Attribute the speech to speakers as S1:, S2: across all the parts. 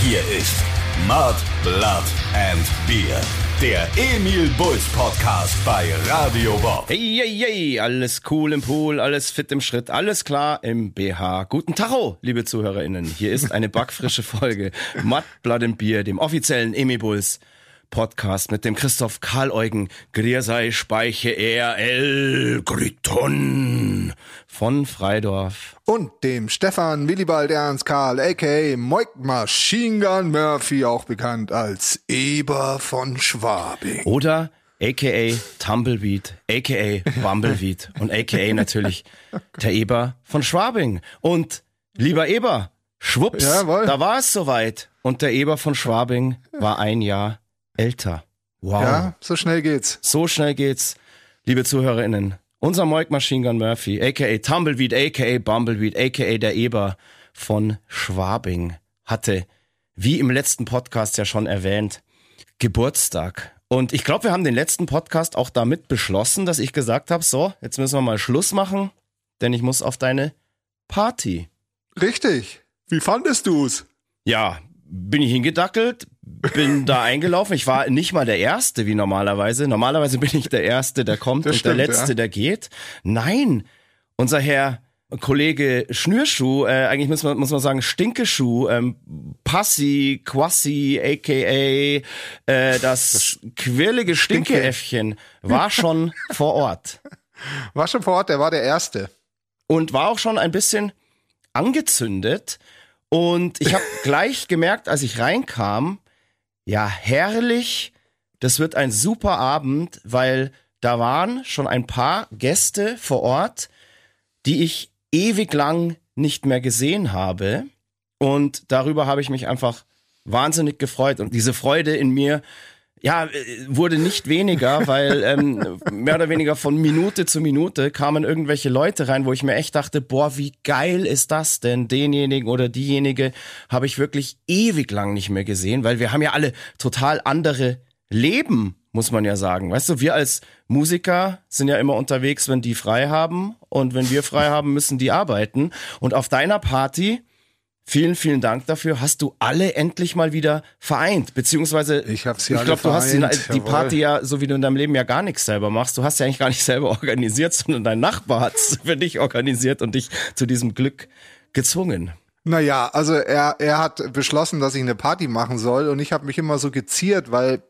S1: Hier ist Mud, Blood and Beer, der Emil Bulls Podcast bei Radio Bob.
S2: Hey, alles cool im Pool, alles fit im Schritt, alles klar im BH. Guten Tacho, liebe ZuhörerInnen. Hier ist eine backfrische Folge Mud, Blood and Beer, dem offiziellen Emil Bulls Podcast mit dem Christoph Karl-Eugen Griersei Speiche RL Gryton von Freidorf.
S3: Und dem Stefan Willibald Ernst Karl, a.k.a. Moik Machine Gun Murphy, auch bekannt als Eber von Schwabing.
S2: Oder a.k.a. Tumbleweed, a.k.a. Bumbleweed und a.k.a. natürlich der Eber von Schwabing. Und lieber Eber, schwupps,
S3: Jawohl.
S2: Da war es soweit. Und der Eber von Schwabing war ein Jahr älter. Wow.
S3: Ja, so schnell geht's.
S2: So schnell geht's, liebe ZuhörerInnen. Unser Moik Machine Gun Murphy, a.k.a. Tumbleweed, a.k.a. Bumbleweed, a.k.a. der Eber von Schwabing, hatte, wie im letzten Podcast ja schon erwähnt, Geburtstag. Und ich glaube, wir haben den letzten Podcast auch damit beschlossen, dass ich gesagt habe, so, jetzt müssen wir mal Schluss machen, denn ich muss auf deine Party.
S3: Richtig. Wie fandest du's?
S2: Ja, bin ich hingedackelt, bin da eingelaufen. Ich war nicht mal der Erste, wie normalerweise. Normalerweise bin ich der Erste, der kommt
S3: Das
S2: und
S3: stimmt,
S2: der Letzte,
S3: ja.
S2: der geht. Nein, unser Herr Kollege Schnürschuh, eigentlich muss man sagen Stinkeschuh, Passi, Quassi, a.k.a. Das quirlige Stinkeäffchen war schon vor Ort.
S3: War schon vor Ort, der war der Erste.
S2: Und war auch schon ein bisschen angezündet. Und ich habe gleich gemerkt, als ich reinkam, ja, herrlich, das wird ein super Abend, weil da waren schon ein paar Gäste vor Ort, die ich ewig lang nicht mehr gesehen habe. Und darüber habe ich mich einfach wahnsinnig gefreut. Und diese Freude in mir, ja, wurde nicht weniger, weil mehr oder weniger von Minute zu Minute kamen irgendwelche Leute rein, wo ich mir echt dachte, boah, wie geil ist das denn? Denjenigen oder diejenige habe ich wirklich ewig lang nicht mehr gesehen, weil wir haben ja alle total andere Leben, muss man ja sagen. Weißt du, wir als Musiker sind ja immer unterwegs, wenn die frei haben, und wenn wir frei haben, müssen die arbeiten. Und auf deiner Party, vielen, vielen Dank dafür, hast du alle endlich mal wieder vereint, beziehungsweise
S3: Ich habe sie
S2: ich
S3: alle
S2: glaube, du hast
S3: vereint,
S2: die
S3: jawohl.
S2: Party ja, so wie du in deinem Leben ja gar nichts selber machst, du hast ja eigentlich gar nicht selber organisiert, sondern dein Nachbar hat es für dich organisiert und dich zu diesem Glück gezwungen.
S3: Naja, also er hat beschlossen, dass ich eine Party machen soll, und ich habe mich immer so geziert, weil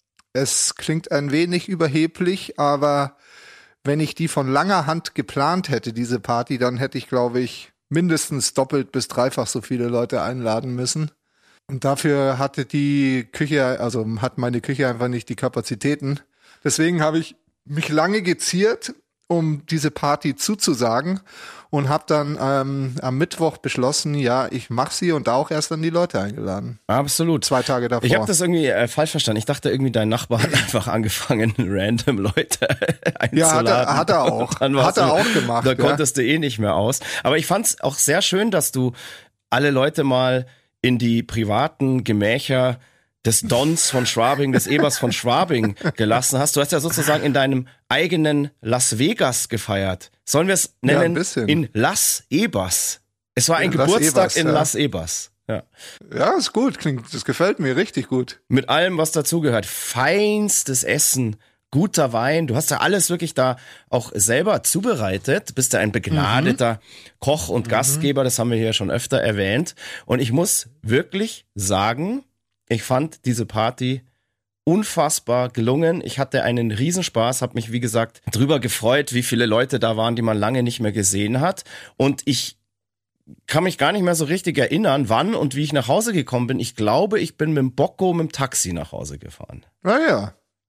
S3: es klingt ein wenig überheblich, aber wenn ich die von langer Hand geplant hätte, diese Party, dann hätte ich, glaube ich, mindestens doppelt bis dreifach so viele Leute einladen müssen. Und dafür hatte die Küche, also hat meine Küche einfach nicht die Kapazitäten. Deswegen habe ich mich lange geziert, um diese Party zuzusagen, und habe dann am Mittwoch beschlossen, ja, ich mache sie, und da auch erst dann die Leute eingeladen.
S2: Absolut.
S3: 2 Tage davor.
S2: Ich habe das irgendwie falsch verstanden. Ich dachte irgendwie, dein Nachbar hat einfach angefangen, random Leute einzuladen.
S3: Ja, hat er auch.
S2: Und dann war's
S3: Hat er auch gemacht,
S2: Da
S3: ja.
S2: konntest du eh nicht mehr aus. Aber ich fand's auch sehr schön, dass du alle Leute mal in die privaten Gemächer des Dons von Schwabing, des Ebers von Schwabing gelassen hast. Du hast ja sozusagen in deinem eigenen Las Vegas gefeiert. Sollen wir es
S3: Ja, ein
S2: nennen?
S3: bisschen.
S2: In Las Ebers. Es war ein
S3: In Las
S2: Geburtstag
S3: Ebers,
S2: in
S3: ja.
S2: Las Ebers. Ja.
S3: Ja, ist gut, das gefällt mir richtig gut.
S2: Mit allem, was dazugehört. Feinstes Essen, guter Wein. Du hast ja alles wirklich da auch selber zubereitet. Bist ja ein begnadeter Koch und Gastgeber. Das haben wir hier schon öfter erwähnt. Und ich muss wirklich sagen, ich fand diese Party unfassbar gelungen. Ich hatte einen Riesenspaß, habe mich, wie gesagt, drüber gefreut, wie viele Leute da waren, die man lange nicht mehr gesehen hat. Und ich kann mich gar nicht mehr so richtig erinnern, wann und wie ich nach Hause gekommen bin. Ich glaube, ich bin mit dem Bocco mit dem Taxi nach Hause gefahren.
S3: Naja,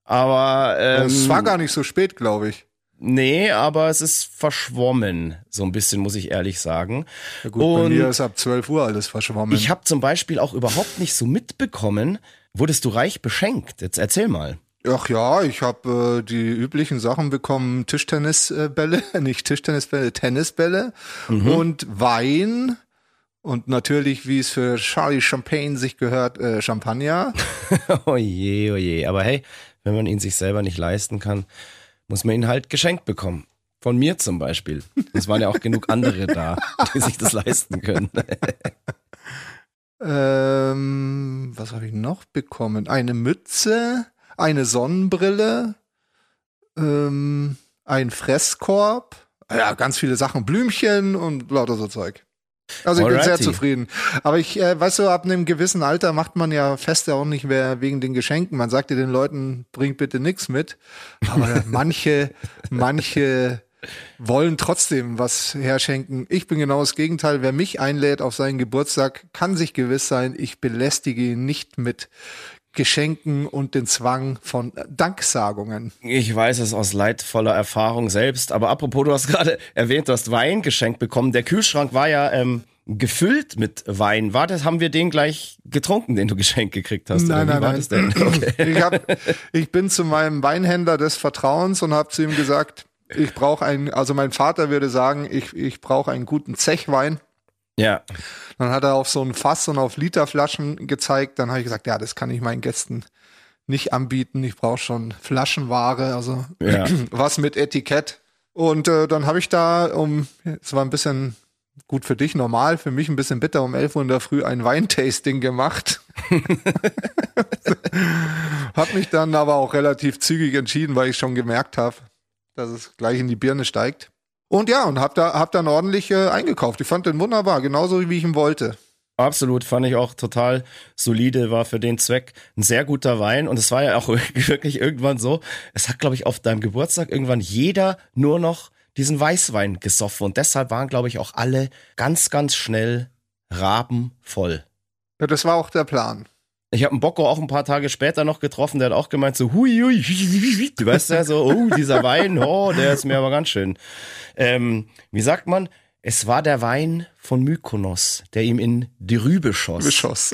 S2: Aber
S3: es war gar nicht so spät, glaube ich.
S2: nee, aber es ist verschwommen, so ein bisschen, muss ich ehrlich sagen.
S3: Ja gut, bei
S2: Und
S3: mir ist ab 12 Uhr alles verschwommen.
S2: ich habe zum Beispiel auch überhaupt nicht so mitbekommen, wurdest du reich beschenkt? Jetzt erzähl mal.
S3: Ach ja, ich habe die üblichen Sachen bekommen: Tischtennisbälle, nicht Tischtennisbälle, Tennisbälle und Wein und natürlich, wie es für Charlie Champagne sich gehört, Champagner.
S2: Oje, oje. Aber hey, wenn man ihn sich selber nicht leisten kann, muss man ihn halt geschenkt bekommen. Von mir zum Beispiel. Es waren ja auch genug andere da, die sich das leisten können.
S3: Was habe ich noch bekommen? Eine Mütze, eine Sonnenbrille, ein Fresskorb, ja, ganz viele Sachen, Blümchen und lauter so Zeug. Also ich bin sehr zufrieden. Aber ich, weißt du, ab einem gewissen Alter macht man ja Feste auch nicht mehr wegen den Geschenken. Man sagt ja den Leuten, bringt bitte nichts mit. Aber manche wollen trotzdem was herschenken. Ich bin genau das Gegenteil. Wer mich einlädt auf seinen Geburtstag, kann sich gewiss sein, ich belästige ihn nicht mit Geschenken und den Zwang von Danksagungen.
S2: Ich weiß es aus leidvoller Erfahrung selbst, aber apropos, du hast gerade erwähnt, du hast Wein geschenkt bekommen. Der Kühlschrank war ja gefüllt mit Wein. Haben wir den gleich getrunken, den du geschenkt gekriegt hast?
S3: Nein.
S2: Das denn? Okay.
S3: Ich bin zu meinem Weinhändler des Vertrauens und habe zu ihm gesagt, ich brauche also mein Vater würde sagen, ich brauche einen guten Zechwein.
S2: Ja.
S3: Dann hat er auf so ein Fass und auf Literflaschen gezeigt. Dann habe ich gesagt, ja, das kann ich meinen Gästen nicht anbieten. Ich brauche schon Flaschenware, also was mit Etikett. Und dann habe ich da es war ein bisschen gut für dich normal, für mich ein bisschen bitter, um 11 Uhr in der Früh ein Weintasting gemacht. Hab mich dann aber auch relativ zügig entschieden, weil ich schon gemerkt habe, dass es gleich in die Birne steigt. Und ja, und hab dann ordentlich eingekauft. Ich fand den wunderbar, genauso wie ich ihn wollte.
S2: Absolut, fand ich auch total solide, war für den Zweck ein sehr guter Wein. Und es war ja auch wirklich irgendwann so, es hat, glaube ich, auf deinem Geburtstag irgendwann jeder nur noch diesen Weißwein gesoffen. Und deshalb waren, glaube ich, auch alle ganz, ganz schnell rabenvoll.
S3: Ja, das war auch der Plan.
S2: Ich habe einen Bocco auch ein paar Tage später noch getroffen, der hat auch gemeint so, hui, du weißt ja so, oh, dieser Wein, oh, der ist mir aber ganz schön. Wie sagt man? Es war der Wein von Mykonos, der ihm in die Rübe schoss.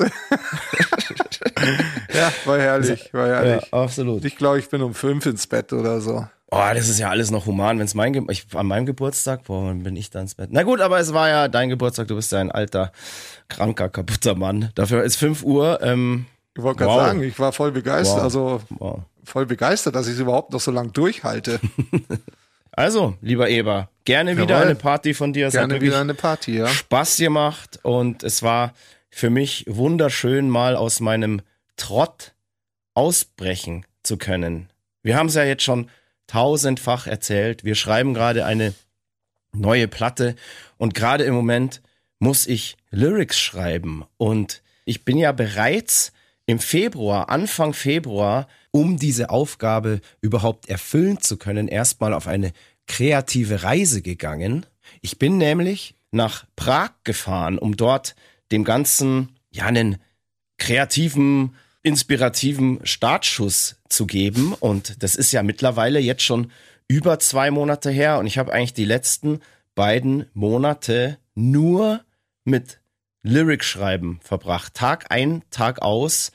S3: Ja, war herrlich.
S2: Ja, absolut.
S3: Ich glaube, ich bin um 5 ins Bett oder so.
S2: Oh, das ist ja alles noch human, wenn es an meinem Geburtstag, wann bin ich da ins Bett? Na gut, aber es war ja dein Geburtstag, du bist ja ein alter, kranker, kaputter Mann. Dafür ist 5 Uhr.
S3: Ich wollte gerade sagen, ich war voll begeistert, voll begeistert, dass ich es überhaupt noch so lange durchhalte.
S2: Also, lieber Eber, gerne wieder eine Party von dir.
S3: Gerne wieder eine Party, ja.
S2: Spaß gemacht und es war für mich wunderschön, mal aus meinem Trott ausbrechen zu können. Wir haben es ja jetzt schon 1000-fach erzählt. Wir schreiben gerade eine neue Platte und gerade im Moment muss ich Lyrics schreiben und ich bin ja bereits im Februar, Anfang Februar, um diese Aufgabe überhaupt erfüllen zu können, erstmal auf eine kreative Reise gegangen. Ich bin nämlich nach Prag gefahren, um dort dem Ganzen einen kreativen, inspirativen Startschuss zu geben. Und das ist ja mittlerweile jetzt schon über 2 Monate her. Und ich habe eigentlich die letzten 2 Monate nur mit Lyric-Schreiben verbracht. Tag ein, Tag aus.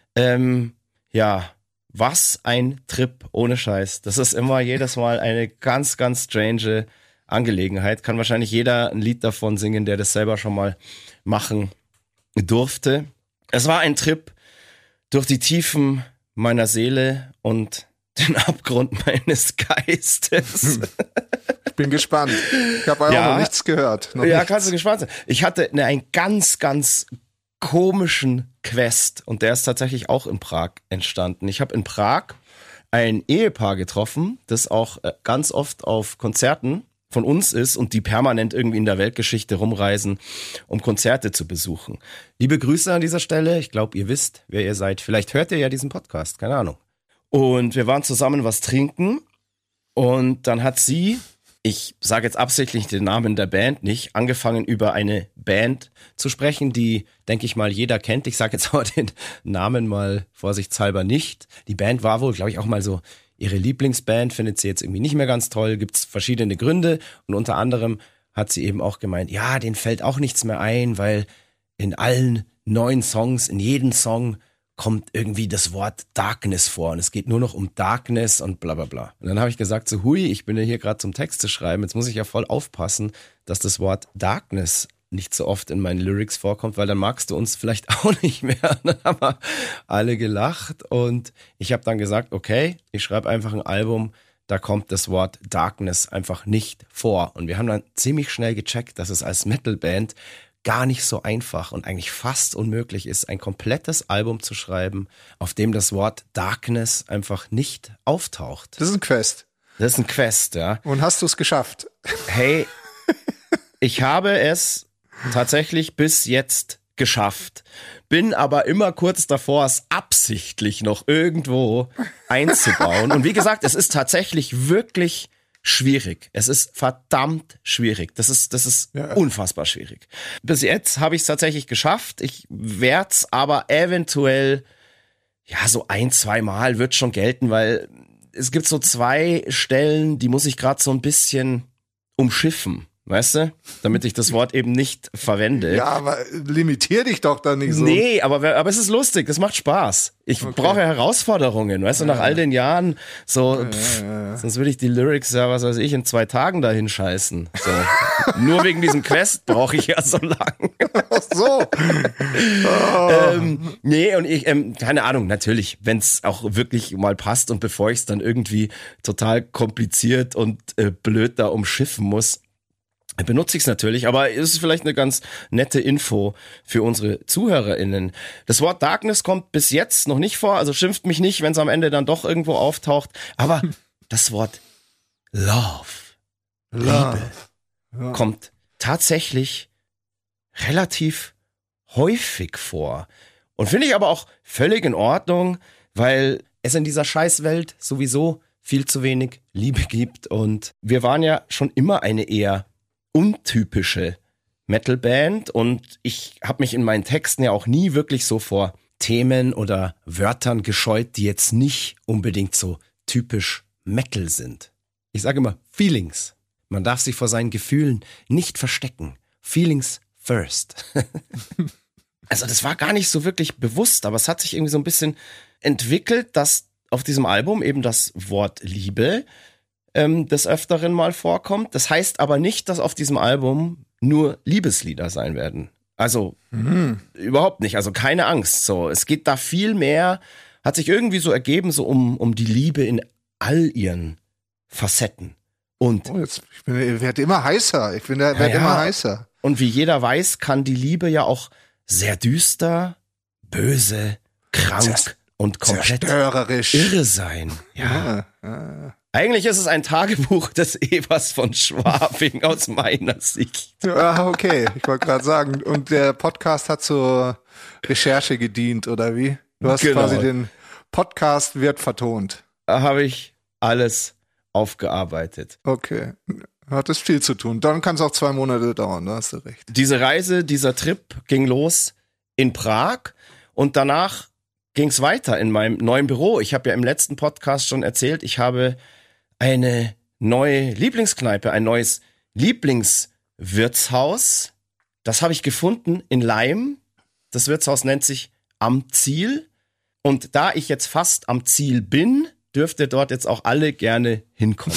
S2: Was ein Trip, ohne Scheiß. Das ist immer jedes Mal eine ganz, ganz strange Angelegenheit. Kann wahrscheinlich jeder ein Lied davon singen, der das selber schon mal machen durfte. Es war ein Trip durch die Tiefen meiner Seele und den Abgrund meines Geistes.
S3: Ich bin gespannt. Ich habe auch noch nichts gehört.
S2: Kannst du gespannt sein. Ich hatte einen ganz, ganz komischen Quest und der ist tatsächlich auch in Prag entstanden. Ich habe in Prag ein Ehepaar getroffen, das auch ganz oft auf Konzerten von uns ist und die permanent irgendwie in der Weltgeschichte rumreisen, um Konzerte zu besuchen. Liebe Grüße an dieser Stelle. Ich glaube, ihr wisst, wer ihr seid. Vielleicht hört ihr ja diesen Podcast, keine Ahnung. Und wir waren zusammen was trinken und dann hat sie, ich sage jetzt absichtlich den Namen der Band nicht, angefangen über eine Band zu sprechen, die, denke ich mal, jeder kennt. Ich sage jetzt aber den Namen mal vorsichtshalber nicht. Die Band war wohl, glaube ich, auch mal so ihre Lieblingsband, findet sie jetzt irgendwie nicht mehr ganz toll, gibt's verschiedene Gründe und unter anderem hat sie eben auch gemeint, ja, denen fällt auch nichts mehr ein, weil in allen 9 Songs, in jedem Song kommt irgendwie das Wort Darkness vor und es geht nur noch um Darkness und bla bla bla. Und dann habe ich gesagt so, hui, ich bin ja hier gerade zum Text zu schreiben, jetzt muss ich ja voll aufpassen, dass das Wort Darkness nicht so oft in meinen Lyrics vorkommt, weil dann magst du uns vielleicht auch nicht mehr. Und dann haben wir alle gelacht und ich habe dann gesagt, okay, ich schreibe einfach ein Album, da kommt das Wort Darkness einfach nicht vor. Und wir haben dann ziemlich schnell gecheckt, dass es als Metalband gar nicht so einfach und eigentlich fast unmöglich ist, ein komplettes Album zu schreiben, auf dem das Wort Darkness einfach nicht auftaucht.
S3: Das ist ein Quest.
S2: Das ist ein Quest, ja.
S3: Und hast du es geschafft?
S2: Hey, ich habe es tatsächlich bis jetzt geschafft, bin aber immer kurz davor, es absichtlich noch irgendwo einzubauen. Und wie gesagt, es ist tatsächlich wirklich schwierig. Es ist verdammt schwierig. Das ist unfassbar schwierig. Bis jetzt habe ich es tatsächlich geschafft. Ich werde es aber eventuell, ja, so 1-2 Mal wird schon gelten, weil es gibt so 2 Stellen, die muss ich gerade so ein bisschen umschiffen. Weißt du? Damit ich das Wort eben nicht verwende.
S3: Ja, aber limitier dich doch da nicht so.
S2: Nee, aber es ist lustig, das macht Spaß. Ich brauche Herausforderungen, weißt du, nach all den Jahren, so, sonst würde ich die Lyrics ja, was weiß ich, in 2 Tagen dahin scheißen. So. Nur wegen diesem Quest brauche ich ja so lang.
S3: Ach so.
S2: Nee, und ich, keine Ahnung, natürlich, wenn es auch wirklich mal passt und bevor ich es dann irgendwie total kompliziert und blöd da umschiffen muss, benutze ich es natürlich, aber es ist vielleicht eine ganz nette Info für unsere ZuhörerInnen. Das Wort Darkness kommt bis jetzt noch nicht vor, also schimpft mich nicht, wenn es am Ende dann doch irgendwo auftaucht, aber das Wort Love, Liebe, kommt tatsächlich relativ häufig vor. Und finde ich aber auch völlig in Ordnung, weil es in dieser Scheißwelt sowieso viel zu wenig Liebe gibt und wir waren ja schon immer eine eher untypische Metalband und ich habe mich in meinen Texten ja auch nie wirklich so vor Themen oder Wörtern gescheut, die jetzt nicht unbedingt so typisch Metal sind. Ich sage immer Feelings. Man darf sich vor seinen Gefühlen nicht verstecken. Feelings first. Also das war gar nicht so wirklich bewusst, aber es hat sich irgendwie so ein bisschen entwickelt, dass auf diesem Album eben das Wort Liebe des Öfteren mal vorkommt. Das heißt aber nicht, dass auf diesem Album nur Liebeslieder sein werden. Also überhaupt nicht, also keine Angst. So, es geht da viel mehr, hat sich irgendwie so ergeben, so um die Liebe in all ihren Facetten. Und
S3: ich werde immer heißer. Ich werde immer heißer.
S2: Und wie jeder weiß, kann die Liebe ja auch sehr düster, böse, krank und komplett
S3: zerstörerisch
S2: irre sein. Ja. Eigentlich ist es ein Tagebuch des Evers von Schwabing aus meiner Sicht.
S3: Ja, okay. Ich wollte gerade sagen, und der Podcast hat zur Recherche gedient, oder wie? Du hast quasi den Podcast wird vertont.
S2: Da habe ich alles aufgearbeitet.
S3: Okay. Hat es viel zu tun. Dann kann es auch 2 Monate dauern, da hast du recht.
S2: Diese Reise, dieser Trip ging los in Prag und danach ging es weiter in meinem neuen Büro. Ich habe ja im letzten Podcast schon erzählt, ich habe eine neue Lieblingskneipe, ein neues Lieblingswirtshaus. Das habe ich gefunden in Laim. Das Wirtshaus nennt sich Am Ziel. Und da ich jetzt fast am Ziel bin, dürft ihr dort jetzt auch alle gerne hinkommen.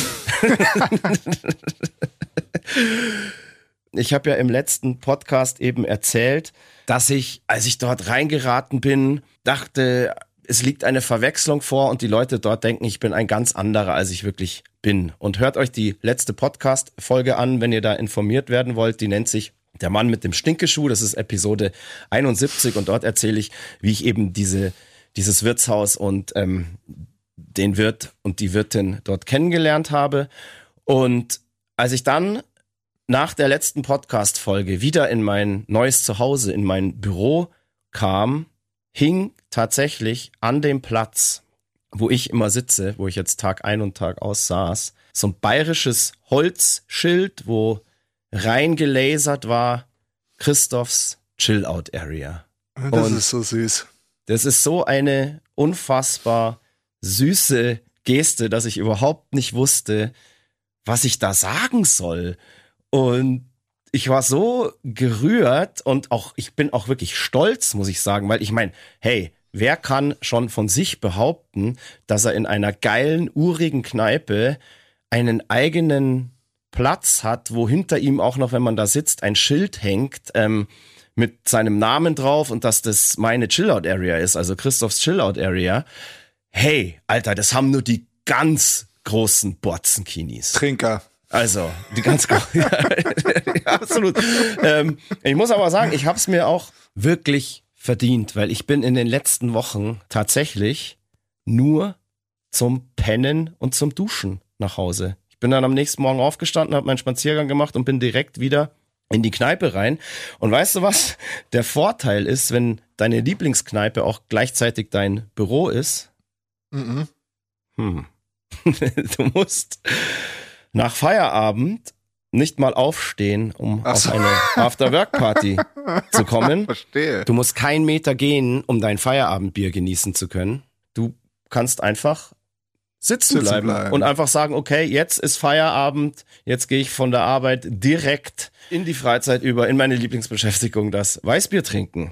S2: Ich habe ja im letzten Podcast eben erzählt, dass ich, als ich dort reingeraten bin, dachte, es liegt eine Verwechslung vor und die Leute dort denken, ich bin ein ganz anderer, als ich wirklich bin. Und hört euch die letzte Podcast-Folge an, wenn ihr da informiert werden wollt. Die nennt sich Der Mann mit dem Stinkeschuh. Das ist Episode 71 und dort erzähle ich, wie ich eben dieses Wirtshaus und den Wirt und die Wirtin dort kennengelernt habe. Und als ich dann nach der letzten Podcast-Folge wieder in mein neues Zuhause, in mein Büro kam, hing tatsächlich an dem Platz, wo ich immer sitze, wo ich jetzt Tag ein und Tag aus saß, so ein bayerisches Holzschild, wo reingelasert war, Christophs Chill-Out Area.
S3: Das ist so süß.
S2: Das ist so eine unfassbar süße Geste, dass ich überhaupt nicht wusste, was ich da sagen soll. Und ich war so gerührt und auch ich bin auch wirklich stolz, muss ich sagen, weil ich meine, hey, wer kann schon von sich behaupten, dass er in einer geilen, urigen Kneipe einen eigenen Platz hat, wo hinter ihm auch noch, wenn man da sitzt, ein Schild hängt mit seinem Namen drauf und dass das meine Chill-Out-Area ist, also Christophs Chill-Out-Area. Hey, Alter, das haben nur die ganz großen Borzenkinis.
S3: Trinker.
S2: Also, die ganz ja, absolut. Ich muss aber sagen, ich habe es mir auch wirklich verdient, weil ich bin in den letzten Wochen tatsächlich nur zum Pennen und zum Duschen nach Hause. Ich bin dann am nächsten Morgen aufgestanden, habe meinen Spaziergang gemacht und bin direkt wieder in die Kneipe rein. Und weißt du was? Der Vorteil ist, wenn deine Lieblingskneipe auch gleichzeitig dein Büro ist, du musst nach Feierabend nicht mal aufstehen, um auf eine After-Work-Party zu kommen.
S3: Verstehe.
S2: Du musst keinen Meter gehen, um dein Feierabendbier genießen zu können. Du kannst einfach sitzen bleiben und einfach sagen, okay, jetzt ist Feierabend, jetzt gehe ich von der Arbeit direkt in die Freizeit über, in meine Lieblingsbeschäftigung, das Weißbier trinken.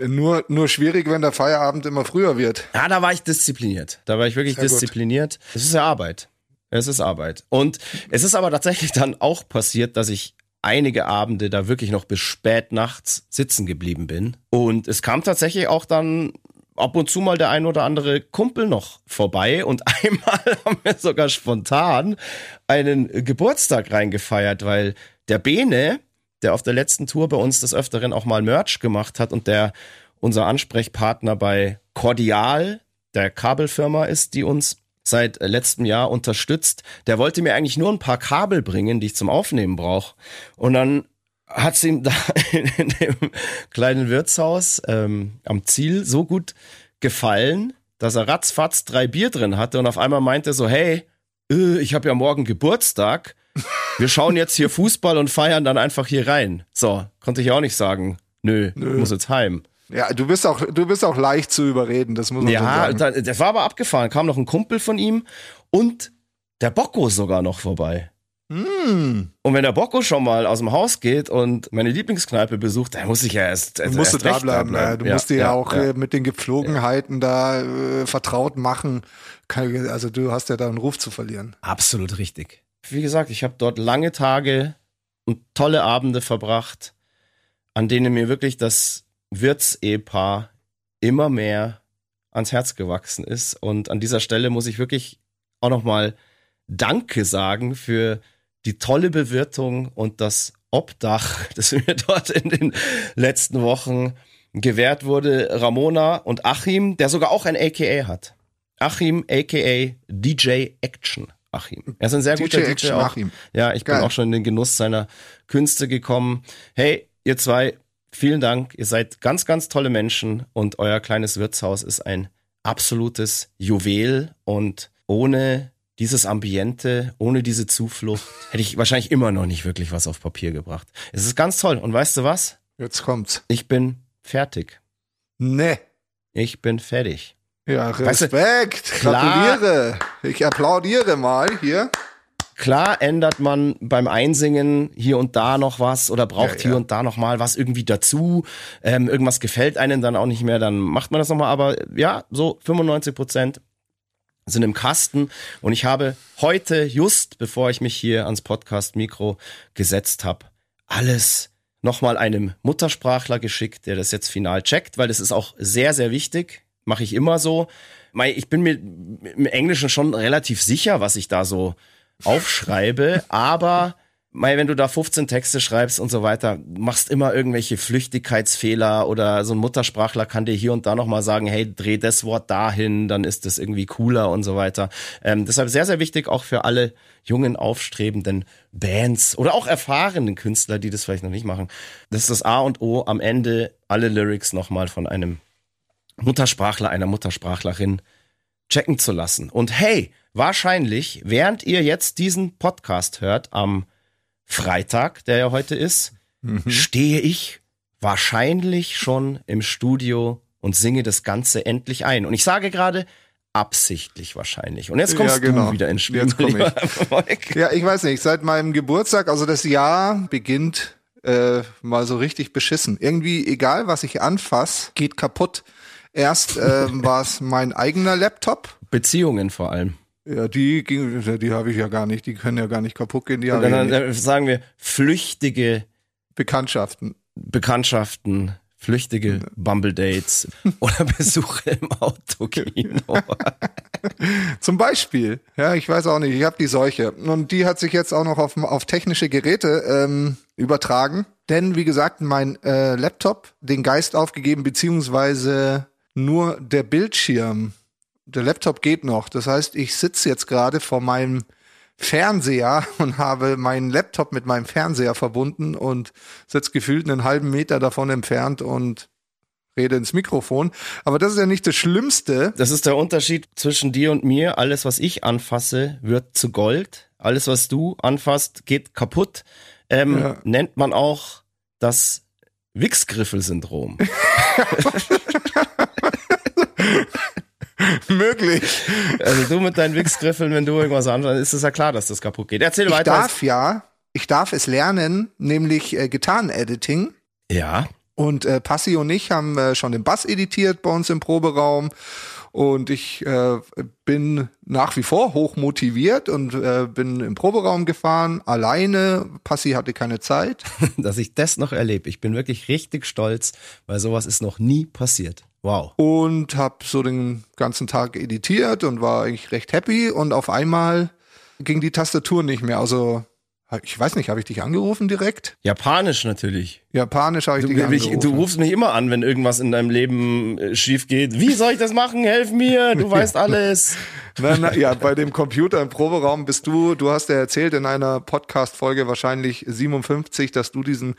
S3: Nur schwierig, wenn der Feierabend immer früher wird.
S2: Ja, da war ich diszipliniert. Da war ich wirklich diszipliniert. Es ist ja Arbeit. Es ist Arbeit. Und es ist aber tatsächlich dann auch passiert, dass ich einige Abende da wirklich noch bis spät nachts sitzen geblieben bin. Und es kam tatsächlich auch dann ab und zu mal der ein oder andere Kumpel noch vorbei. Und einmal haben wir sogar spontan einen Geburtstag reingefeiert, weil der Bene, der auf der letzten Tour bei uns des Öfteren auch mal Merch gemacht hat und der unser Ansprechpartner bei Cordial, der Kabelfirma ist, die uns seit letztem Jahr unterstützt, der wollte mir eigentlich nur ein paar Kabel bringen, die ich zum Aufnehmen brauche. Und dann hat es ihm da in dem kleinen Wirtshaus am Ziel so gut gefallen, dass er ratzfatz 3 Bier drin hatte und auf einmal meinte so, hey, ich habe ja morgen Geburtstag, wir schauen jetzt hier Fußball und feiern dann einfach hier rein. So, konnte ich auch nicht sagen, nö. Muss jetzt heim.
S3: Ja, du bist auch leicht zu überreden, das muss man schon sagen.
S2: Ja, das war aber abgefahren. Kam noch ein Kumpel von ihm und der Bocco sogar noch vorbei. Und wenn der Bocco schon mal aus dem Haus geht und meine Lieblingskneipe besucht, dann muss ich ja erst
S3: musst du da bleiben. Ja, du musst dir ja auch mit den Gepflogenheiten da vertraut machen. Also du hast ja da einen Ruf zu verlieren.
S2: Absolut richtig. Wie gesagt, ich habe dort lange Tage und tolle Abende verbracht, an denen mir wirklich das Wirtsehepaar immer mehr ans Herz gewachsen ist. Und an dieser Stelle muss ich wirklich auch nochmal Danke sagen für die tolle Bewirtung und das Obdach, das mir dort in den letzten Wochen gewährt wurde. Ramona und Achim, der sogar auch ein AKA hat. Achim, AKA DJ Action Achim. Er ist ein sehr guter DJ
S3: Action
S2: auch.
S3: Achim.
S2: Ja, ich bin auch schon in den Genuss seiner Künste gekommen. Hey, ihr zwei, vielen Dank. Ihr seid ganz, ganz tolle Menschen und euer kleines Wirtshaus ist ein absolutes Juwel und ohne dieses Ambiente, ohne diese Zuflucht, hätte ich wahrscheinlich immer noch nicht wirklich was auf Papier gebracht. Es ist ganz toll. Und weißt du was?
S3: Jetzt kommt's.
S2: Ich bin fertig.
S3: Nee.
S2: Ich bin fertig.
S3: Ja, Respekt.
S2: Weißt du,
S3: gratuliere. Ich applaudiere mal hier.
S2: Klar ändert man beim Einsingen hier und da noch was oder braucht hier und da noch mal was irgendwie dazu. Irgendwas gefällt einem dann auch nicht mehr, dann macht man das nochmal. Aber ja, so 95% sind im Kasten. Und ich habe heute, just bevor ich mich hier ans Podcast-Mikro gesetzt habe, alles nochmal einem Muttersprachler geschickt, der das jetzt final checkt, weil das ist auch sehr, sehr wichtig. Mache ich immer so. Ich bin mir im Englischen schon relativ sicher, was ich da so aufschreibe, aber wenn du da 15 Texte schreibst und so weiter, machst immer irgendwelche Flüchtigkeitsfehler oder so ein Muttersprachler kann dir hier und da nochmal sagen, hey, dreh das Wort dahin, dann ist das irgendwie cooler und so weiter. Deshalb sehr, sehr wichtig auch für alle jungen, aufstrebenden Bands oder auch erfahrenen Künstler, die das vielleicht noch nicht machen. Das ist das A und O, am Ende alle Lyrics nochmal von einem Muttersprachler, einer Muttersprachlerin checken zu lassen. Und hey, wahrscheinlich, während ihr jetzt diesen Podcast hört, am Freitag, der ja heute ist, stehe ich wahrscheinlich schon im Studio und singe das Ganze endlich ein. Und ich sage gerade absichtlich wahrscheinlich. Und jetzt kommst du wieder ins Spiel.
S3: Jetzt komm ich. Ja, ich weiß nicht, seit meinem Geburtstag, also das Jahr beginnt mal so richtig beschissen. Irgendwie, egal was ich anfasse, geht kaputt. Erst war es mein eigener Laptop.
S2: Beziehungen vor allem.
S3: Ja, die habe ich ja gar nicht. Die können ja gar nicht kaputt gehen.
S2: Und dann sagen wir flüchtige
S3: Bekanntschaften,
S2: flüchtige Bumble-Dates oder Besuche im Autokino.
S3: Zum Beispiel. Ja, ich weiß auch nicht. Ich habe die Seuche. Und die hat sich jetzt auch noch auf technische Geräte übertragen. Denn, wie gesagt, mein Laptop den Geist aufgegeben, beziehungsweise nur der Bildschirm. Der Laptop geht noch. Das heißt, ich sitze jetzt gerade vor meinem Fernseher und habe meinen Laptop mit meinem Fernseher verbunden und sitze gefühlt einen halben Meter davon entfernt und rede ins Mikrofon. Aber das ist ja nicht das Schlimmste.
S2: Das ist der Unterschied zwischen dir und mir. Alles, was ich anfasse, wird zu Gold. Alles, was du anfasst, geht kaputt. Nennt man auch das Wichsgriffel-Syndrom.
S3: Möglich.
S2: Also du mit deinen Wichsgriffeln, wenn du irgendwas anfasst, ist es ja klar, dass das kaputt geht. Erzähl weiter.
S3: Ich darf es lernen, nämlich Gitarren-Editing.
S2: Ja.
S3: Und Passi und ich haben schon den Bass editiert bei uns im Proberaum. Und ich bin nach wie vor hoch motiviert und bin im Proberaum gefahren, alleine. Passi hatte keine Zeit.
S2: Dass ich das noch erlebe. Ich bin wirklich richtig stolz, weil sowas ist noch nie passiert. Wow.
S3: Und habe so den ganzen Tag editiert und war eigentlich recht happy. Und auf einmal ging die Tastatur nicht mehr. Also ich weiß nicht, habe ich dich angerufen direkt?
S2: Japanisch natürlich.
S3: Japanisch habe ich dich angerufen.
S2: Du rufst mich immer an, wenn irgendwas in deinem Leben schief geht. Wie soll ich das machen? Helf mir, du weißt alles.
S3: Ja, bei dem Computer im Proberaum bist du hast ja erzählt in einer Podcast-Folge wahrscheinlich 57, dass du diesen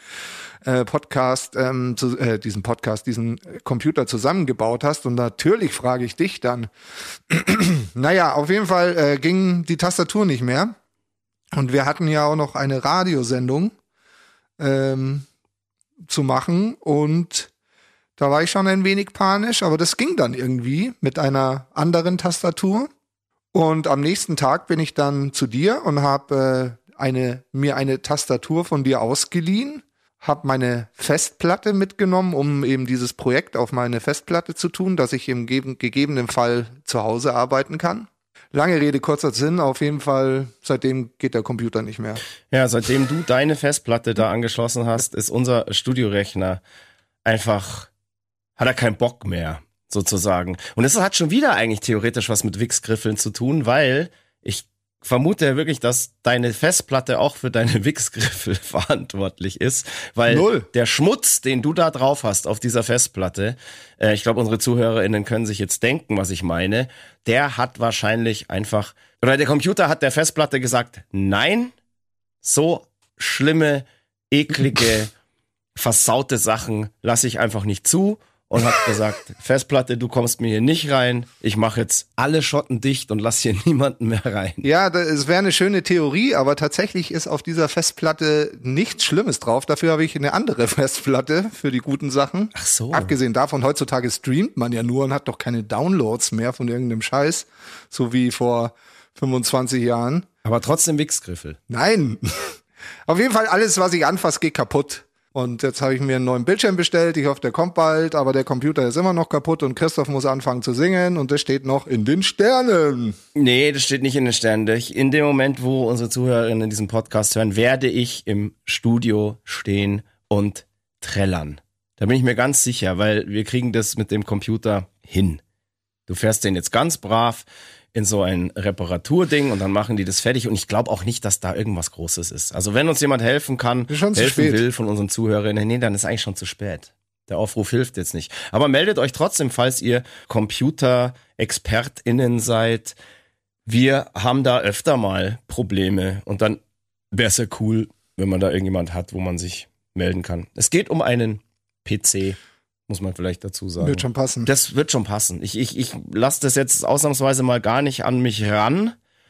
S3: diesen Computer zusammengebaut hast. Und natürlich frage ich dich dann. Naja, auf jeden Fall ging die Tastatur nicht mehr. Und wir hatten ja auch noch eine Radiosendung zu machen und da war ich schon ein wenig panisch, aber das ging dann irgendwie mit einer anderen Tastatur. Und am nächsten Tag bin ich dann zu dir und habe mir eine Tastatur von dir ausgeliehen, habe meine Festplatte mitgenommen, um eben dieses Projekt auf meine Festplatte zu tun, dass ich im gegebenen Fall zu Hause arbeiten kann. Lange Rede, kurzer Sinn, auf jeden Fall, seitdem geht der Computer nicht mehr.
S2: Ja, seitdem du deine Festplatte da angeschlossen hast, ist unser Studiorechner einfach, hat er keinen Bock mehr, sozusagen. Und das hat schon wieder eigentlich theoretisch was mit Wichsgriffeln zu tun, weil ich vermute ja wirklich, dass deine Festplatte auch für deine Wichsgriffel verantwortlich ist, weil der Schmutz, den du da drauf hast auf dieser Festplatte, ich glaube, unsere ZuhörerInnen können sich jetzt denken, was ich meine, der hat wahrscheinlich einfach, oder der Computer hat der Festplatte gesagt, nein, so schlimme, eklige, versaute Sachen lasse ich einfach nicht zu. Und hat gesagt, Festplatte, du kommst mir hier nicht rein. Ich mache jetzt alle Schotten dicht und lass hier niemanden mehr rein.
S3: Ja, es wäre eine schöne Theorie, aber tatsächlich ist auf dieser Festplatte nichts Schlimmes drauf. Dafür habe ich eine andere Festplatte für die guten Sachen.
S2: Ach so.
S3: Abgesehen davon, heutzutage streamt man ja nur und hat doch keine Downloads mehr von irgendeinem Scheiß, so wie vor 25 Jahren.
S2: Aber trotzdem Wichsgriffel.
S3: Nein. Auf jeden Fall alles, was ich anfasse, geht kaputt. Und jetzt habe ich mir einen neuen Bildschirm bestellt. Ich hoffe, der kommt bald, aber der Computer ist immer noch kaputt und Christoph muss anfangen zu singen und das steht noch in den Sternen.
S2: Nee, das steht nicht in den Sternen. In dem Moment, wo unsere Zuhörerinnen diesen Podcast hören, werde ich im Studio stehen und trällern. Da bin ich mir ganz sicher, weil wir kriegen das mit dem Computer hin. Du fährst den jetzt ganz brav in so ein Reparaturding und dann machen die das fertig und ich glaube auch nicht, dass da irgendwas Großes ist. Also wenn uns jemand helfen kann, helfen will von unseren Zuhörerinnen, nee, dann ist eigentlich schon zu spät. Der Aufruf hilft jetzt nicht. Aber meldet euch trotzdem, falls ihr Computer-ExpertInnen seid. Wir haben da öfter mal Probleme und dann wäre es ja cool, wenn man da irgendjemand hat, wo man sich melden kann. Es geht um einen PC. Muss man vielleicht dazu sagen.
S3: Wird schon passen.
S2: Das wird schon passen. Ich lasse das jetzt ausnahmsweise mal gar nicht an mich ran,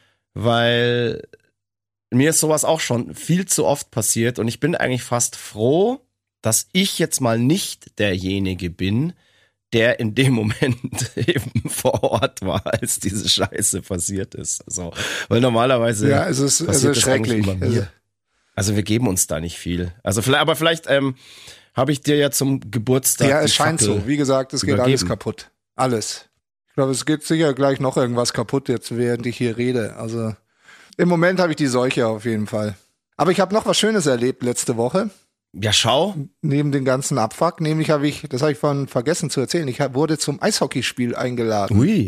S2: weil mir ist sowas auch schon viel zu oft passiert und ich bin eigentlich fast froh, dass ich jetzt mal nicht derjenige bin, der in dem Moment eben vor Ort war, als diese Scheiße passiert ist. So, weil normalerweise
S3: ja, es ist schrecklich.
S2: Also wir geben uns da nicht viel. Also vielleicht habe ich dir ja zum Geburtstag.
S3: Ja, es scheint so. Wie gesagt, es geht alles kaputt. Alles. Ich glaube, es geht sicher gleich noch irgendwas kaputt, jetzt während ich hier rede. Also im Moment habe ich die Seuche auf jeden Fall. Aber ich habe noch was Schönes erlebt letzte Woche.
S2: Ja, schau.
S3: Neben den ganzen Abfuck. Nämlich das habe ich vorhin vergessen zu erzählen, ich wurde zum Eishockeyspiel eingeladen.
S2: Ui.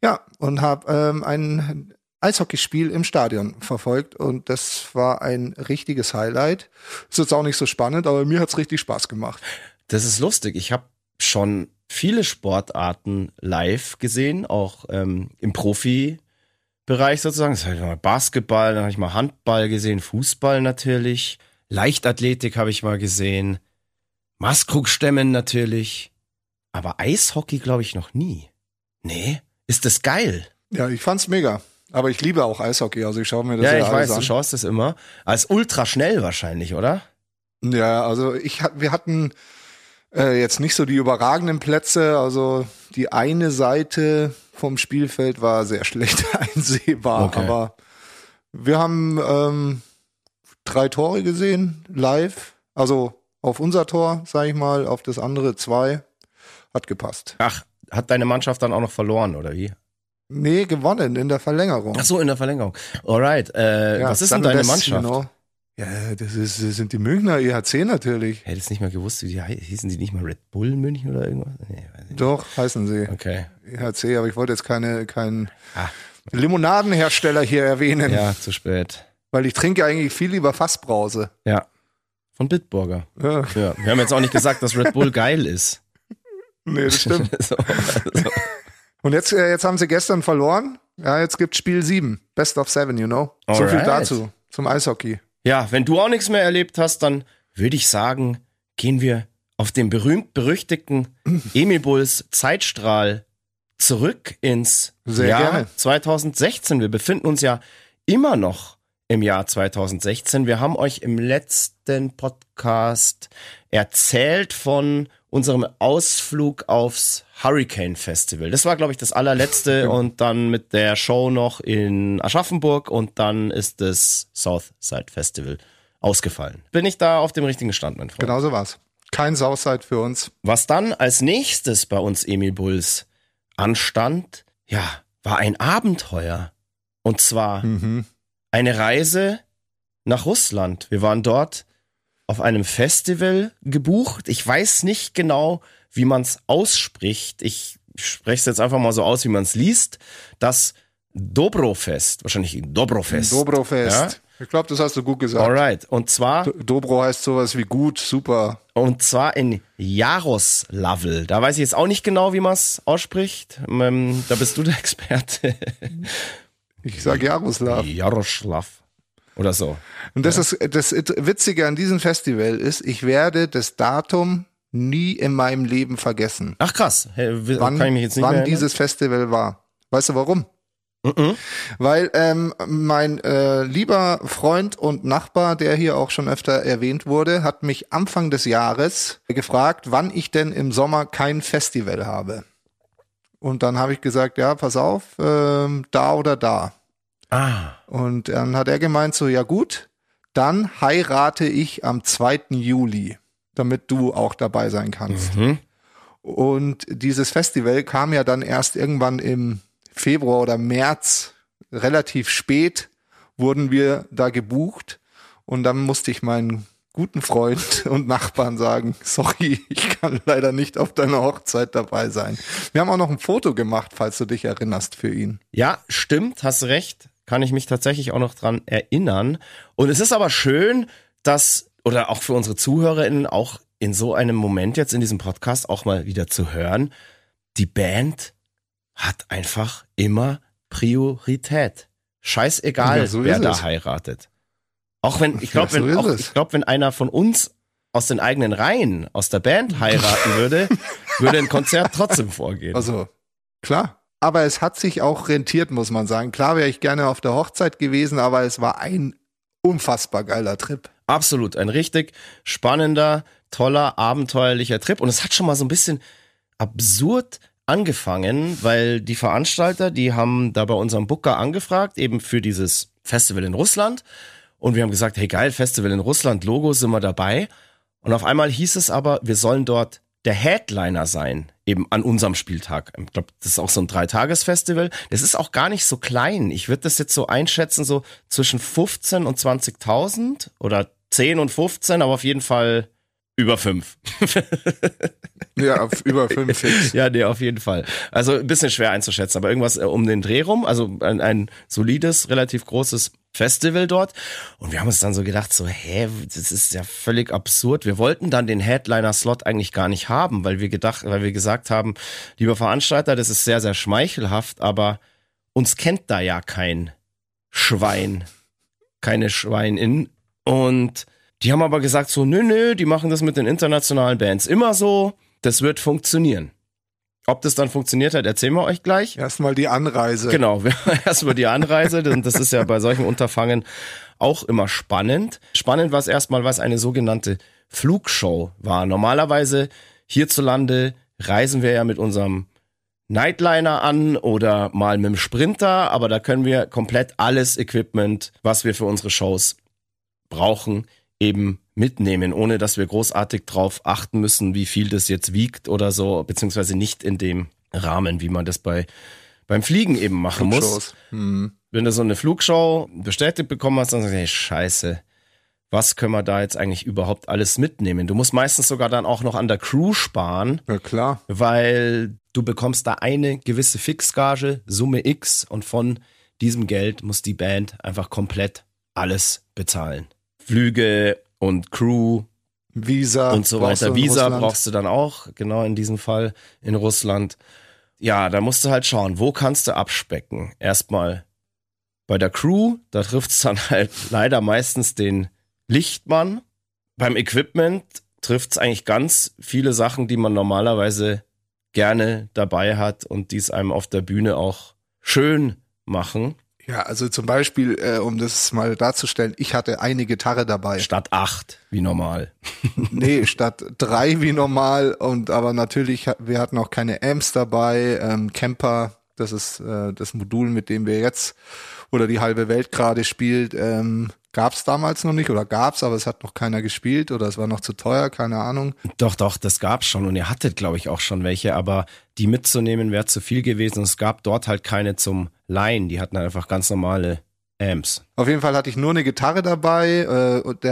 S3: Ja, und habe ein Eishockeyspiel im Stadion verfolgt und das war ein richtiges Highlight. Ist jetzt auch nicht so spannend, aber mir hat's richtig Spaß gemacht.
S2: Das ist lustig. Ich habe schon viele Sportarten live gesehen, auch im Profibereich sozusagen. Das habe ich mal Basketball, dann habe ich mal Handball gesehen, Fußball natürlich, Leichtathletik habe ich mal gesehen, Maskrug-Stemmen natürlich, aber Eishockey glaube ich noch nie. Nee, ist das geil?
S3: Ja, ich fand's mega. Aber ich liebe auch Eishockey, also ich schaue mir das
S2: Ja,
S3: ja
S2: ich
S3: alles
S2: weiß,
S3: an.
S2: du schaust das immer. Als ultra schnell wahrscheinlich, oder?
S3: Ja, also wir hatten jetzt nicht so die überragenden Plätze, also die eine Seite vom Spielfeld war sehr schlecht einsehbar,
S2: Okay.
S3: aber wir haben 3 Tore gesehen, live, also auf unser Tor, sag ich mal, auf das andere 2, hat gepasst.
S2: Ach, hat deine Mannschaft dann auch noch verloren, oder wie?
S3: Nee, gewonnen in der Verlängerung.
S2: Ach so, in der Verlängerung. Alright,
S3: Ja,
S2: was ist denn deine Mannschaft?
S3: Genau. Ja, das sind die Münchner EHC natürlich.
S2: Hätte es nicht mal gewusst, wie die hießen die nicht mal Red Bull München oder irgendwas? Nee, weiß nicht.
S3: Doch, heißen sie.
S2: Okay.
S3: EHC, aber ich wollte jetzt keinen
S2: Ah.
S3: Limonadenhersteller hier erwähnen,
S2: Ja, zu spät.
S3: weil ich trinke eigentlich viel lieber Fassbrause.
S2: Ja. Von Bitburger.
S3: Ja,
S2: Ja. Wir haben jetzt auch nicht gesagt, dass Red Bull geil ist.
S3: nee, das stimmt.
S2: So.
S3: Und jetzt haben sie gestern verloren. Ja, jetzt gibt's Spiel 7. Best of 7, you know. So viel
S2: Alright.
S3: dazu, zum Eishockey.
S2: Ja, wenn du auch nichts mehr erlebt hast, dann würde ich sagen, gehen wir auf den berühmt-berüchtigten Emil Bulls Zeitstrahl zurück ins
S3: Sehr
S2: Jahr
S3: gerne.
S2: 2016. Wir befinden uns ja immer noch im Jahr 2016. Wir haben euch im letzten Podcast erzählt von unserem Ausflug aufs Hurricane Festival. Das war, glaube ich, das allerletzte und dann mit der Show noch in Aschaffenburg und dann ist das Southside Festival ausgefallen. Bin ich da auf dem richtigen Stand, mein Freund?
S3: Genau so war's. Kein Southside für uns.
S2: Was dann als nächstes bei uns Emil Bulls anstand, ja, war ein Abenteuer. Und zwar eine Reise nach Russland. Wir waren dort auf einem Festival gebucht. Ich weiß nicht genau, wie man es ausspricht. Ich spreche es jetzt einfach mal so aus, wie man es liest. Das Dobrofest. Wahrscheinlich Dobrofest.
S3: Dobrofest. Ich glaube, das hast du gut gesagt.
S2: Alright. Und zwar
S3: Dobro heißt sowas wie gut, super.
S2: in Jaroslavl. Da weiß ich jetzt auch nicht genau, wie man es ausspricht. Da bist du der Experte.
S3: Ich sag Jaroslav.
S2: Jaroslav. Oder so.
S3: Und das Witzige an diesem Festival ist, ich werde das Datum nie in meinem Leben vergessen.
S2: Ach krass. Hey,
S3: Wann,
S2: kann ich mich jetzt nicht mehr
S3: wann
S2: erinnern?
S3: dieses Festival war. Weißt du warum? Weil mein lieber Freund und Nachbar, der hier auch schon öfter erwähnt wurde, hat mich Anfang des Jahres gefragt, wann ich denn im Sommer kein Festival habe. Und dann habe ich gesagt, ja, pass auf, da oder da.
S2: Ah,
S3: Und dann hat er gemeint so, ja gut, dann heirate ich am 2. Juli, damit du auch dabei sein kannst. Und dieses Festival kam ja dann erst irgendwann im Februar oder März, relativ spät, wurden wir da gebucht. Und dann musste ich meinen guten Freund und Nachbarn sagen, sorry, ich kann leider nicht auf deiner Hochzeit dabei sein. Wir haben auch noch ein Foto gemacht, falls du dich erinnerst, für ihn.
S2: ja, stimmt, hast recht. Kann ich mich tatsächlich auch noch dran erinnern. Und es ist aber schön, dass, oder auch für unsere ZuhörerInnen, auch in so einem Moment jetzt in diesem Podcast auch mal wieder zu hören, die Band hat einfach immer Priorität. Scheißegal,
S3: Ja, so
S2: wer
S3: ist
S2: da
S3: es.
S2: heiratet. Auch wenn, ich glaube,
S3: Ja, so ist es.
S2: wenn einer von uns aus den eigenen Reihen, aus der Band heiraten würde, würde ein Konzert trotzdem vorgehen.
S3: Also, klar. Aber es hat sich auch rentiert, muss man sagen. Klar wäre ich gerne auf der Hochzeit gewesen, aber es war ein unfassbar geiler Trip.
S2: Absolut, ein richtig spannender, toller, abenteuerlicher Trip. Und es hat schon mal so ein bisschen absurd angefangen, weil die Veranstalter, die haben da bei unserem Booker angefragt, eben für dieses Festival in Russland. Und wir haben gesagt, hey geil, Festival in Russland, Logo, sind wir dabei. Und auf einmal hieß es aber, wir sollen dort der Headliner sein, eben an unserem Spieltag. Ich glaube, das ist auch so ein 3-Tages-Festival. Das ist auch gar nicht so klein. Ich würde das jetzt so einschätzen, so zwischen 15 und 20.000 oder 10 und 15, aber auf jeden Fall Über 5.
S3: Ja, über 5 fix.
S2: Ja, nee, auf jeden Fall. Also ein bisschen schwer einzuschätzen, aber irgendwas um den Dreh rum, also ein solides, relativ großes Festival dort. Und wir haben uns dann so gedacht, so, das ist ja völlig absurd. Wir wollten dann den Headliner-Slot eigentlich gar nicht haben, weil wir gesagt haben, lieber Veranstalter, das ist sehr, sehr schmeichelhaft, aber uns kennt da ja kein Schwein, keine Schweinin. Und die haben aber gesagt so, nö, die machen das mit den internationalen Bands immer so, das wird funktionieren. Ob das dann funktioniert hat, erzählen wir euch gleich.
S3: Erstmal die Anreise.
S2: Genau, erstmal die Anreise, denn das ist ja bei solchen Unterfangen auch immer spannend. Spannend war es erstmal, was eine sogenannte Flugshow war. Normalerweise hierzulande reisen wir ja mit unserem Nightliner an oder mal mit dem Sprinter, aber da können wir komplett alles Equipment, was wir für unsere Shows brauchen, eben mitnehmen, ohne dass wir großartig drauf achten müssen, wie viel das jetzt wiegt oder so, beziehungsweise nicht in dem Rahmen, wie man das beim Fliegen eben machen muss. Wenn du so eine Flugshow bestätigt bekommen hast, dann sagst du, hey, scheiße, was können wir da jetzt eigentlich überhaupt alles mitnehmen? Du musst meistens sogar dann auch noch an der Crew sparen.
S3: Ja, klar.
S2: Weil du bekommst da eine gewisse Fixgage, Summe X, und von diesem Geld muss die Band einfach komplett alles bezahlen. Flüge und Crew,
S3: Visa
S2: und so weiter. Visa
S3: Russland.
S2: brauchst du dann auch, genau in diesem Fall in Russland. Ja, da musst du halt schauen, wo kannst du abspecken? Erstmal bei der Crew, da trifft's dann halt leider meistens den Lichtmann. Beim Equipment trifft's eigentlich ganz viele Sachen, die man normalerweise gerne dabei hat und die es einem auf der Bühne auch schön machen.
S3: Ja, also zum Beispiel, um das mal darzustellen, ich hatte eine Gitarre dabei.
S2: Statt 8, wie normal.
S3: Nee, statt 3 wie normal. Aber natürlich, wir hatten auch keine Amps dabei. Camper, das ist das Modul, mit dem wir jetzt oder die halbe Welt gerade spielt, gab's damals noch nicht oder gab's, aber es hat noch keiner gespielt oder es war noch zu teuer, keine Ahnung.
S2: Doch, das gab's schon und ihr hattet, glaube ich, auch schon welche, aber die mitzunehmen wäre zu viel gewesen und es gab dort halt keine zum Leihen, die hatten einfach ganz normale Amps.
S3: Auf jeden Fall hatte ich nur eine Gitarre dabei und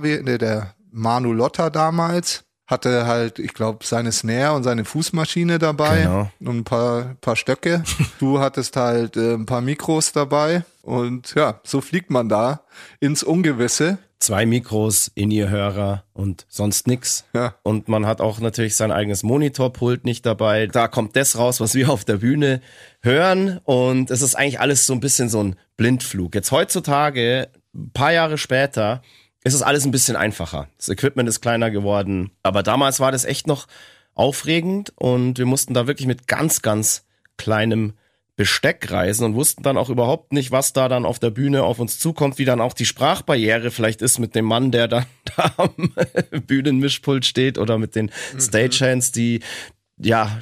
S3: der Manu Lotta damals hatte halt, ich glaube, seine Snare und seine Fußmaschine dabei,
S2: Genau.
S3: Und ein paar Stöcke. Du hattest halt ein paar Mikros dabei und ja, so fliegt man da ins Ungewisse.
S2: 2 Mikros, In-Ear-Hörer und sonst nix.
S3: Ja.
S2: Und man hat auch natürlich sein eigenes Monitorpult nicht dabei. Da kommt das raus, was wir auf der Bühne hören. Und es ist eigentlich alles so ein bisschen so ein Blindflug. Jetzt heutzutage, ein paar Jahre später, ist es alles ein bisschen einfacher. Das Equipment ist kleiner geworden. Aber damals war das echt noch aufregend und wir mussten da wirklich mit ganz, ganz kleinem Besteck reisen und wussten dann auch überhaupt nicht, was da dann auf der Bühne auf uns zukommt, wie dann auch die Sprachbarriere vielleicht ist mit dem Mann, der dann da am Bühnenmischpult steht oder mit den Stagehands, die ja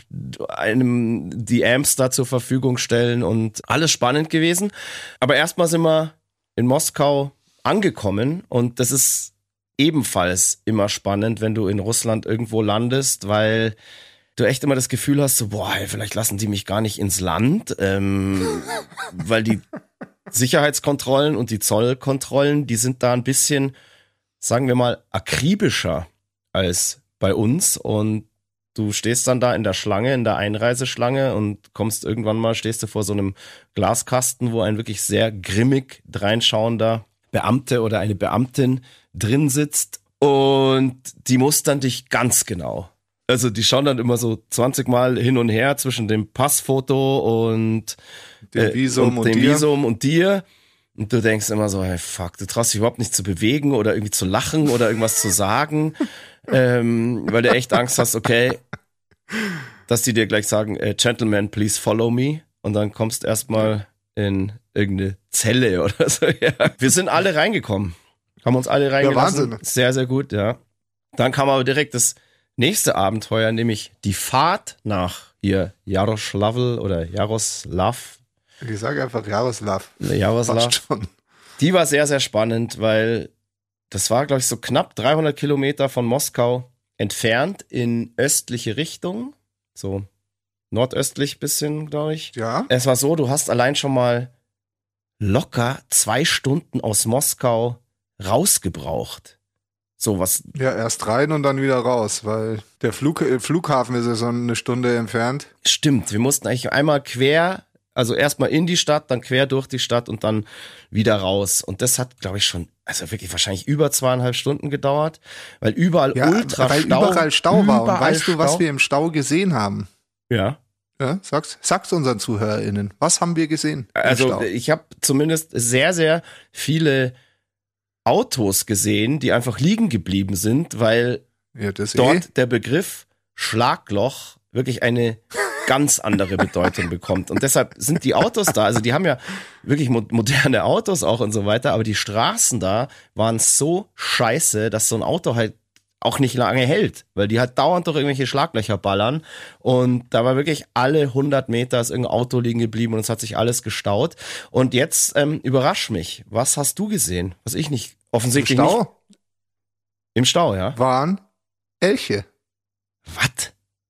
S2: einem die Amps da zur Verfügung stellen und alles spannend gewesen. Aber erstmal sind wir in Moskau angekommen und das ist ebenfalls immer spannend, wenn du in Russland irgendwo landest, weil du echt immer das Gefühl hast, so, boah, vielleicht lassen die mich gar nicht ins Land, weil die Sicherheitskontrollen und die Zollkontrollen, die sind da ein bisschen, sagen wir mal, akribischer als bei uns und du stehst dann da in der Schlange, in der Einreiseschlange und kommst irgendwann mal, stehst du vor so einem Glaskasten, wo ein wirklich sehr grimmig dreinschauender Beamte oder eine Beamtin drin sitzt und die mustern dich ganz genau. Also die schauen dann immer so 20 Mal hin und her zwischen dem Passfoto und
S3: dem Visum
S2: und dir. Und du denkst immer so, hey fuck, du traust dich überhaupt nicht zu bewegen oder irgendwie zu lachen oder irgendwas zu sagen, weil du echt Angst hast, okay, dass die dir gleich sagen, Gentlemen, please follow me. Und dann kommst erstmal in irgendeine Zelle oder so. Ja. Wir sind alle reingekommen. Haben uns alle reingelassen.
S3: Ja, Wahnsinn.
S2: Sehr, sehr gut, ja. Dann kam aber direkt das nächste Abenteuer, nämlich die Fahrt nach hier Jaroslawl oder Jaroslav.
S3: Ich sage einfach Jaroslav.
S2: Jaroslav.
S3: Passt schon.
S2: Die war sehr, sehr spannend, weil das war, glaube ich, so knapp 300 Kilometer von Moskau entfernt in östliche Richtung. So nordöstlich bisschen, glaube ich.
S3: Ja.
S2: Es war so, du hast allein schon mal locker 2 Stunden aus Moskau rausgebraucht. So was.
S3: Ja, erst rein und dann wieder raus, weil der Flughafen ist ja so eine Stunde entfernt.
S2: Stimmt, wir mussten eigentlich einmal quer, also erstmal in die Stadt, dann quer durch die Stadt und dann wieder raus. Und das hat, glaube ich, schon, also wirklich wahrscheinlich über 2,5 Stunden gedauert, weil überall ultra
S3: weil
S2: Stau.
S3: überall Stau war. Und
S2: überall
S3: weißt du, was
S2: Stau?
S3: wir im Stau gesehen haben?
S2: Ja.
S3: Ja, sag's unseren ZuhörerInnen. Was haben wir gesehen? im
S2: Also
S3: Stau?
S2: ich habe zumindest sehr, sehr viele Autos gesehen, die einfach liegen geblieben sind, weil
S3: Ja, das
S2: dort der Begriff Schlagloch wirklich eine ganz andere Bedeutung bekommt. Und deshalb sind die Autos da, also die haben ja wirklich moderne Autos auch und so weiter, aber die Straßen da waren so scheiße, dass so ein Auto halt auch nicht lange hält, weil die halt dauernd durch irgendwelche Schlaglöcher ballern. Und da war wirklich alle 100 Meter ist irgendein Auto liegen geblieben und es hat sich alles gestaut. Und jetzt überrasch mich, was hast du gesehen? Was ich nicht, offensichtlich
S3: Im Stau
S2: nicht. Im Stau, ja.
S3: waren Elche.
S2: Was?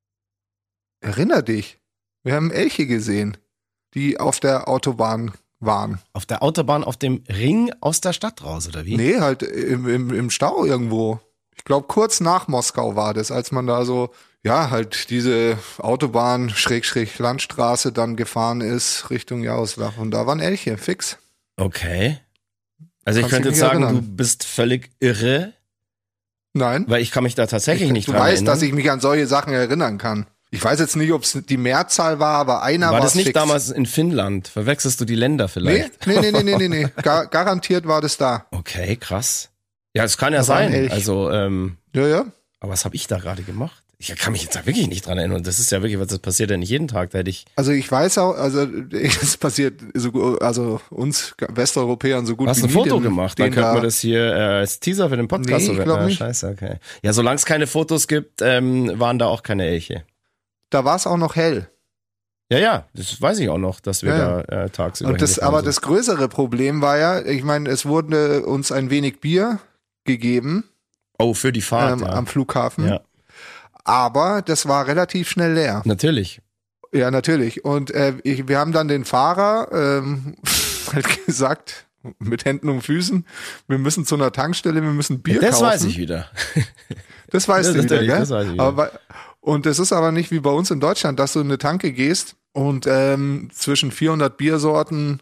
S3: Erinner dich. Wir haben Elche gesehen, die auf der Autobahn waren.
S2: Auf der Autobahn auf dem Ring aus der Stadt raus, oder wie?
S3: Nee, halt im Stau irgendwo. Ich glaube, kurz nach Moskau war das, als man da so, ja, halt diese Autobahn, Landstraße dann gefahren ist, Richtung Jaroslav. Und da waren Elche, fix.
S2: Okay. Also ich
S3: Kannst
S2: könnte
S3: dich
S2: jetzt
S3: nicht
S2: sagen,
S3: erinnern.
S2: du bist völlig irre,
S3: Nein.
S2: weil ich kann mich da tatsächlich nicht
S3: Du
S2: dran
S3: weißt,
S2: erinnern.
S3: dass ich mich an solche Sachen erinnern kann. Ich weiß jetzt nicht, ob es die Mehrzahl war, aber einer
S2: War das nicht
S3: fix.
S2: damals in Finnland? Verwechselst du die Länder vielleicht?
S3: Nee. Garantiert war das da.
S2: Okay, krass. Ja, es kann ja
S3: Das war ein
S2: sein.
S3: Elch.
S2: Also,
S3: Ja.
S2: aber was habe ich da gerade gemacht? Ich kann mich jetzt da wirklich nicht dran erinnern. Das ist ja wirklich, das passiert ja nicht jeden Tag. Da hätte ich.
S3: Also ich weiß auch, also es passiert also uns Westeuropäern so gut
S2: Hast
S3: wie
S2: ein
S3: nie,
S2: Foto
S3: den-
S2: gemacht? Dann
S3: den
S2: könnte
S3: da-
S2: man das hier als Teaser für den Podcast
S3: Nee, ich
S2: so
S3: glaub nicht.
S2: Scheiße, okay. Ja, solange es keine Fotos gibt, waren da auch keine Elche.
S3: Da war es auch noch hell.
S2: Ja, das weiß ich auch noch, dass wir
S3: Ja.
S2: da tagsüber
S3: Und das,
S2: hingefahren
S3: aber
S2: sind.
S3: das größere Problem war ja, ich meine, es wurde uns ein wenig Bier gegeben
S2: Oh, für die Fahrt, ja.
S3: am Flughafen,
S2: Ja,
S3: aber das war relativ schnell leer.
S2: natürlich.
S3: Ja, natürlich. Und wir haben dann den Fahrer halt gesagt, mit Händen und Füßen, wir müssen zu einer Tankstelle, wir müssen Bier
S2: Das
S3: kaufen.
S2: weiß ich wieder.
S3: Das weißt
S2: Ja,
S3: du wieder,
S2: natürlich,
S3: gell?
S2: das weiß ich wieder.
S3: Aber, und das ist aber nicht wie bei uns in Deutschland, dass du in eine Tanke gehst und zwischen 400 Biersorten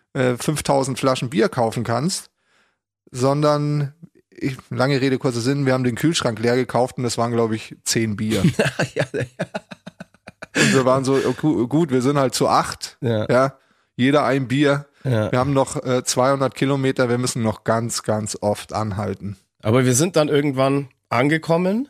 S3: 5000 Flaschen Bier kaufen kannst, sondern, lange Rede, kurzer Sinn, wir haben den Kühlschrank leer gekauft und das waren, glaube ich, 10 Bier.
S2: ja,
S3: Und wir waren so, gut, wir sind halt zu 8,
S2: ja.
S3: jeder ein Bier.
S2: Ja.
S3: Wir haben noch 200 Kilometer, wir müssen noch ganz, ganz oft anhalten.
S2: Aber wir sind dann irgendwann angekommen.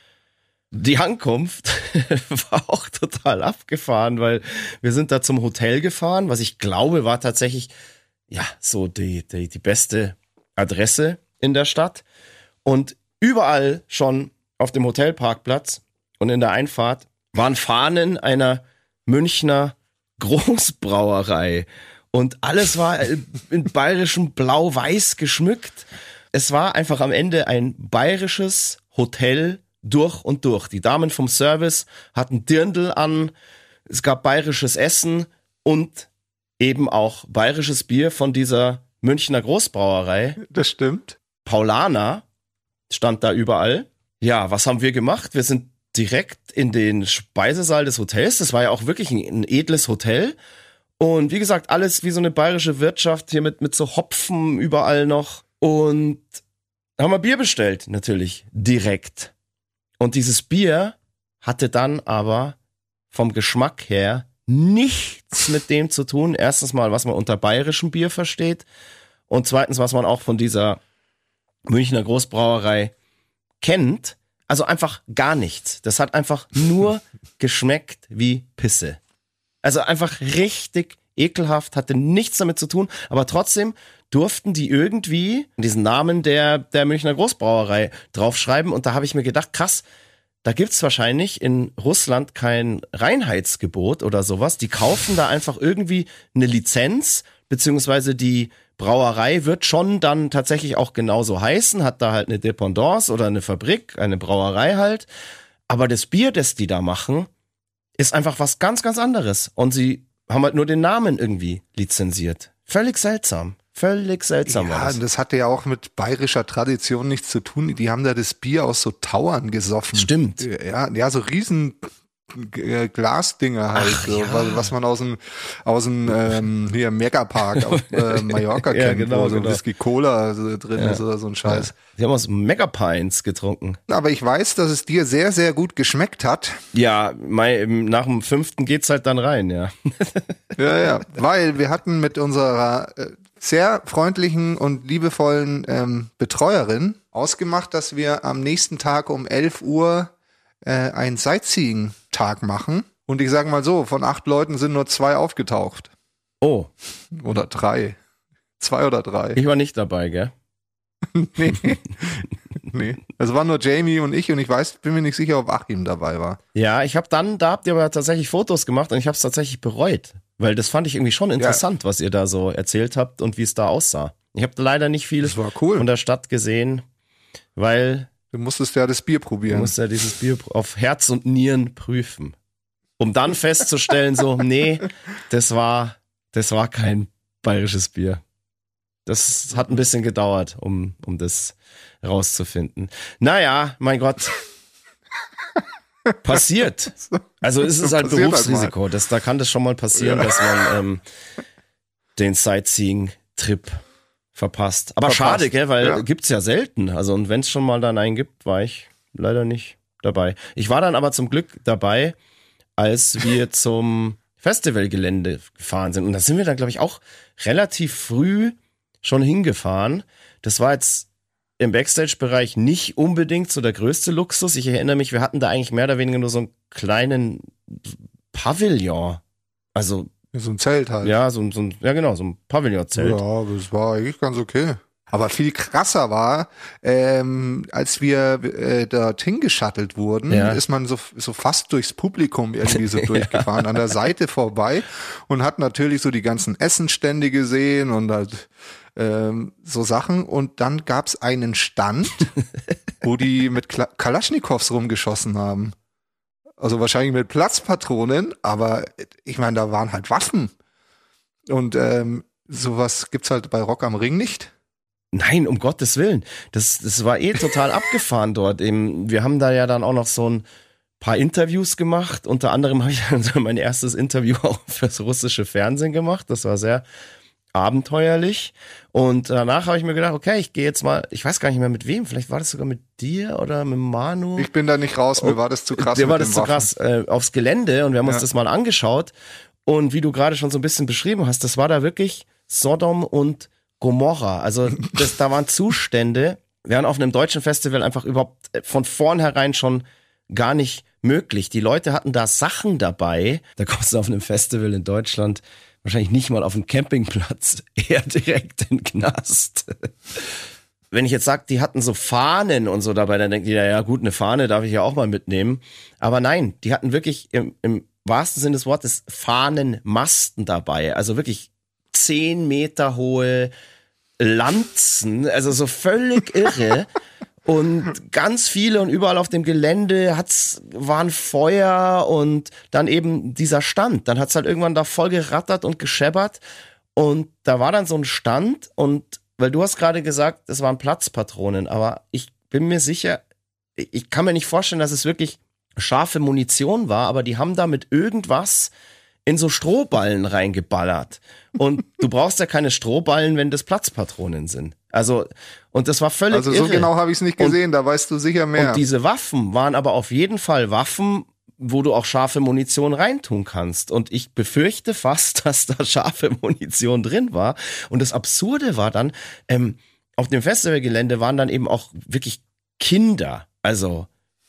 S2: Die Ankunft war auch total abgefahren, weil wir sind da zum Hotel gefahren, was ich glaube war tatsächlich ja so die beste Adresse in der Stadt. Und überall schon auf dem Hotelparkplatz und in der Einfahrt waren Fahnen einer Münchner Großbrauerei. Und alles war in bayerischem Blau-Weiß geschmückt. Es war einfach am Ende ein bayerisches Hotel durch und durch. Die Damen vom Service hatten Dirndl an, es gab bayerisches Essen und eben auch bayerisches Bier von dieser Münchner Großbrauerei.
S3: Das stimmt.
S2: Paulaner stand da überall. Ja, was haben wir gemacht? Wir sind direkt in den Speisesaal des Hotels. Das war ja auch wirklich ein edles Hotel. Und wie gesagt, alles wie so eine bayerische Wirtschaft hier mit so Hopfen überall noch. Und da haben wir Bier bestellt, natürlich, direkt. Und dieses Bier hatte dann aber vom Geschmack her nichts mit dem zu tun. Erstens mal, was man unter bayerischem Bier versteht. Und zweitens, was man auch von dieser Münchner Großbrauerei kennt. Also einfach gar nichts. Das hat einfach nur geschmeckt wie Pisse. Also einfach richtig ekelhaft, hatte nichts damit zu tun, aber trotzdem durften die irgendwie diesen Namen der Münchner Großbrauerei draufschreiben und da habe ich mir gedacht, krass, da gibt's wahrscheinlich in Russland kein Reinheitsgebot oder sowas. Die kaufen da einfach irgendwie eine Lizenz, beziehungsweise die Brauerei wird schon dann tatsächlich auch genauso heißen, hat da halt eine Dependance oder eine Fabrik, eine Brauerei halt. Aber das Bier, das die da machen, ist einfach was ganz, ganz anderes. Und sie haben halt nur den Namen irgendwie lizenziert. Völlig seltsam. Völlig seltsam war
S3: Ja,
S2: das.
S3: und das hatte ja auch mit bayerischer Tradition nichts zu tun. Die haben da das Bier aus so Tauern gesoffen.
S2: Stimmt.
S3: Ja, so riesen Glasdinger halt,
S2: Ach,
S3: so,
S2: ja.
S3: was man aus dem hier Megapark auf Mallorca
S2: Ja,
S3: kennt,
S2: genau,
S3: wo so
S2: genau.
S3: Whisky Cola so drin
S2: Ja.
S3: ist oder so ein Scheiß.
S2: Die haben aus Megapines getrunken.
S3: Aber ich weiß, dass es dir sehr, sehr gut geschmeckt hat.
S2: Ja, nach dem 5. geht's halt dann rein, ja.
S3: Ja, weil wir hatten mit unserer sehr freundlichen und liebevollen Betreuerin ausgemacht, dass wir am nächsten Tag um 11 Uhr einen Sightseeing-Tag machen. Und ich sage mal so, von 8 Leuten sind nur 2 aufgetaucht.
S2: Oh,
S3: Oder 3. 2 oder 3.
S2: ich war nicht dabei, gell?
S3: Nee. Nee. Es waren nur Jamie und ich bin mir nicht sicher, ob Achim dabei war.
S2: Ja, da habt ihr aber tatsächlich Fotos gemacht und ich habe es tatsächlich bereut. Weil das fand ich irgendwie schon interessant, was ihr da so erzählt habt und wie es da aussah. Ich habe leider nicht viel
S3: Das war cool.
S2: von der Stadt gesehen, weil
S3: Du musstest ja das Bier
S2: du
S3: probieren.
S2: musst ja dieses Bier auf Herz und Nieren prüfen. Um dann festzustellen, so, nee, das war kein bayerisches Bier. Das hat ein bisschen gedauert, um das rauszufinden. Naja, mein Gott. Passiert. Also es ist halt
S3: Passiert halt
S2: Berufsrisiko. Da kann das schon mal passieren, dass man den Sightseeing-Trip verpasst. Aber schade, gell, weil gibt's ja selten. Also und wenn es schon mal dann einen gibt, war ich leider nicht dabei. Ich war dann aber zum Glück dabei, als wir zum Festivalgelände gefahren sind. Und da sind wir dann, glaube ich, auch relativ früh schon hingefahren. Das war jetzt im Backstage-Bereich nicht unbedingt so der größte Luxus. Ich erinnere mich, wir hatten da eigentlich mehr oder weniger nur so einen kleinen Pavillon. Also,
S3: So ein Zelt halt.
S2: ja, so ein Pavillon-Zelt.
S3: Ja, das war eigentlich ganz okay. Aber viel krasser war, als wir dorthin geschattelt wurden, ist man so fast durchs Publikum irgendwie so durchgefahren, an der Seite vorbei und hat natürlich so die ganzen Essenstände gesehen und halt so Sachen. Und dann gab's einen Stand, wo die mit Kalaschnikows rumgeschossen haben. Also wahrscheinlich mit Platzpatronen, aber ich meine, da waren halt Waffen. Und sowas gibt's halt bei Rock am Ring nicht.
S2: Nein, um Gottes Willen. Das war total abgefahren dort. Wir haben da ja dann auch noch so ein paar Interviews gemacht. Unter anderem habe ich dann so mein erstes Interview auch fürs russische Fernsehen gemacht. Das war sehr abenteuerlich. Und danach habe ich mir gedacht, okay, ich gehe jetzt mal, ich weiß gar nicht mehr mit wem, vielleicht war das sogar mit dir oder mit Manu.
S3: Ich bin da nicht raus, mir war das zu krass.
S2: Mir war das zu krass aufs Gelände und wir haben uns das mal angeschaut. Und wie du gerade schon so ein bisschen beschrieben hast, das war da wirklich Sodom und Gomorra. Also da waren Zustände, wären auf einem deutschen Festival einfach überhaupt von vornherein schon gar nicht möglich. Die Leute hatten da Sachen dabei. Da kommst du auf einem Festival in Deutschland wahrscheinlich nicht mal auf einen Campingplatz, eher direkt in den Knast. Wenn ich jetzt sage, die hatten so Fahnen und so dabei, dann denkt jeder, ja gut, eine Fahne darf ich ja auch mal mitnehmen. Aber nein, die hatten wirklich im wahrsten Sinne des Wortes Fahnenmasten dabei. Also wirklich 10 Meter hohe Lanzen, also so völlig irre. Und ganz viele und überall auf dem Gelände waren Feuer und dann eben dieser Stand. Dann hat's halt irgendwann da voll gerattert und gescheppert. Und da war dann so ein Stand und weil du hast gerade gesagt, es waren Platzpatronen, aber ich bin mir sicher, ich kann mir nicht vorstellen, dass es wirklich scharfe Munition war, aber die haben da mit irgendwas in so Strohballen reingeballert. Und du brauchst ja keine Strohballen, wenn das Platzpatronen sind. Also, und das war völlig irre.
S3: Also so genau habe ich es nicht gesehen, da weißt du sicher mehr.
S2: Und diese Waffen waren aber auf jeden Fall Waffen, wo du auch scharfe Munition reintun kannst. Und ich befürchte fast, dass da scharfe Munition drin war. Und das Absurde war dann, auf dem Festivalgelände waren dann eben auch wirklich Kinder, also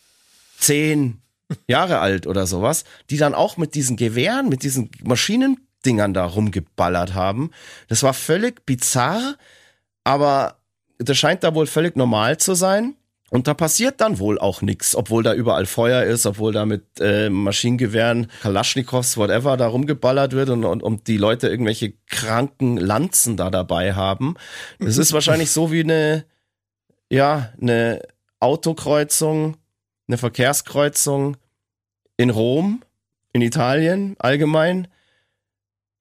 S2: 10 Jahre alt oder sowas, die dann auch mit diesen Gewehren, mit diesen Maschinendingern da rumgeballert haben. Das war völlig bizarr, aber das scheint da wohl völlig normal zu sein. Und da passiert dann wohl auch nichts, obwohl da überall Feuer ist, obwohl da mit Maschinengewehren, Kalaschnikows, whatever, da rumgeballert wird und die Leute irgendwelche kranken Lanzen da dabei haben. Das ist wahrscheinlich so wie eine Autokreuzung, eine Verkehrskreuzung in Rom, in Italien allgemein,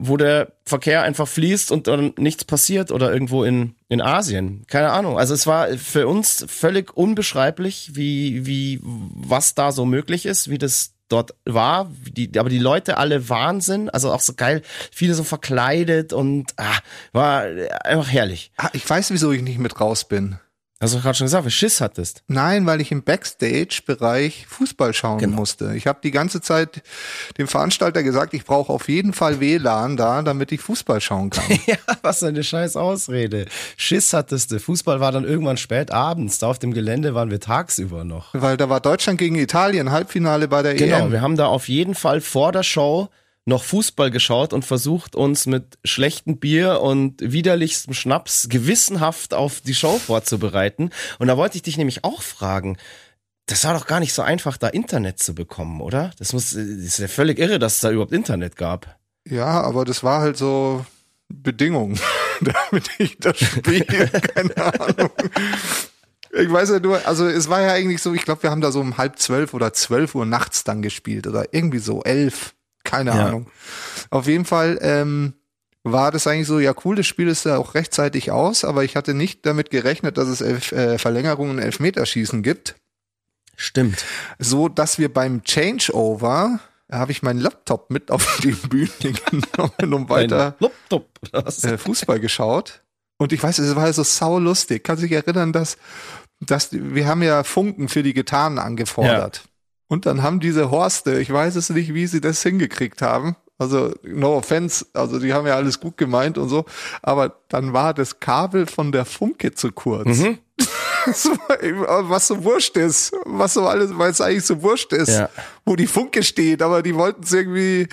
S2: wo der Verkehr einfach fließt und dann nichts passiert oder irgendwo in Asien. Keine Ahnung. Also es war für uns völlig unbeschreiblich, was da so möglich ist, wie das dort war. Aber die Leute alle Wahnsinn. Also auch so geil. Viele so verkleidet und war einfach herrlich.
S3: Ich weiß, wieso ich nicht mit raus bin.
S2: Hast du gerade schon gesagt, weil du Schiss hattest.
S3: Nein, weil ich im Backstage-Bereich Fußball schauen musste. Ich habe die ganze Zeit dem Veranstalter gesagt, ich brauche auf jeden Fall WLAN da, damit ich Fußball schauen kann.
S2: Ja, was eine scheiß Ausrede. Schiss hattest du. Fußball war dann irgendwann spät abends. Da auf dem Gelände waren wir tagsüber noch.
S3: Weil da war Deutschland gegen Italien, Halbfinale bei der EM.
S2: Genau, wir haben da auf jeden Fall vor der Show noch Fußball geschaut und versucht, uns mit schlechtem Bier und widerlichstem Schnaps gewissenhaft auf die Show vorzubereiten. Und da wollte ich dich nämlich auch fragen, das war doch gar nicht so einfach, da Internet zu bekommen, oder? Das ist ja völlig irre, dass es da überhaupt Internet gab.
S3: Ja, aber das war halt so Bedingung, damit ich das spiele, keine Ahnung. Ich weiß ja nur, also es war ja eigentlich so, ich glaube, wir haben da so um 11:30 oder 12 Uhr nachts dann gespielt oder irgendwie so 11. Keine Ahnung. Auf jeden Fall war das eigentlich so, ja cool, das Spiel ist ja auch rechtzeitig aus, aber ich hatte nicht damit gerechnet, dass es Verlängerungen und Elfmeterschießen gibt.
S2: Stimmt.
S3: So, dass wir beim Changeover, habe ich meinen Laptop mit auf die Bühne genommen, um weiter Fußball geschaut. Und ich weiß, es war so saulustig. Kann sich erinnern, dass wir haben ja Funken für die Gitarren angefordert. Ja. Und dann haben diese Horste, ich weiß es nicht, wie sie das hingekriegt haben. Also, no offense, also die haben ja alles gut gemeint und so. Aber dann war das Kabel von der Funke zu kurz. Mhm. Was so wurscht ist. Was so alles, weil es eigentlich so wurscht ist, wo die Funke steht. Aber die wollten es irgendwie,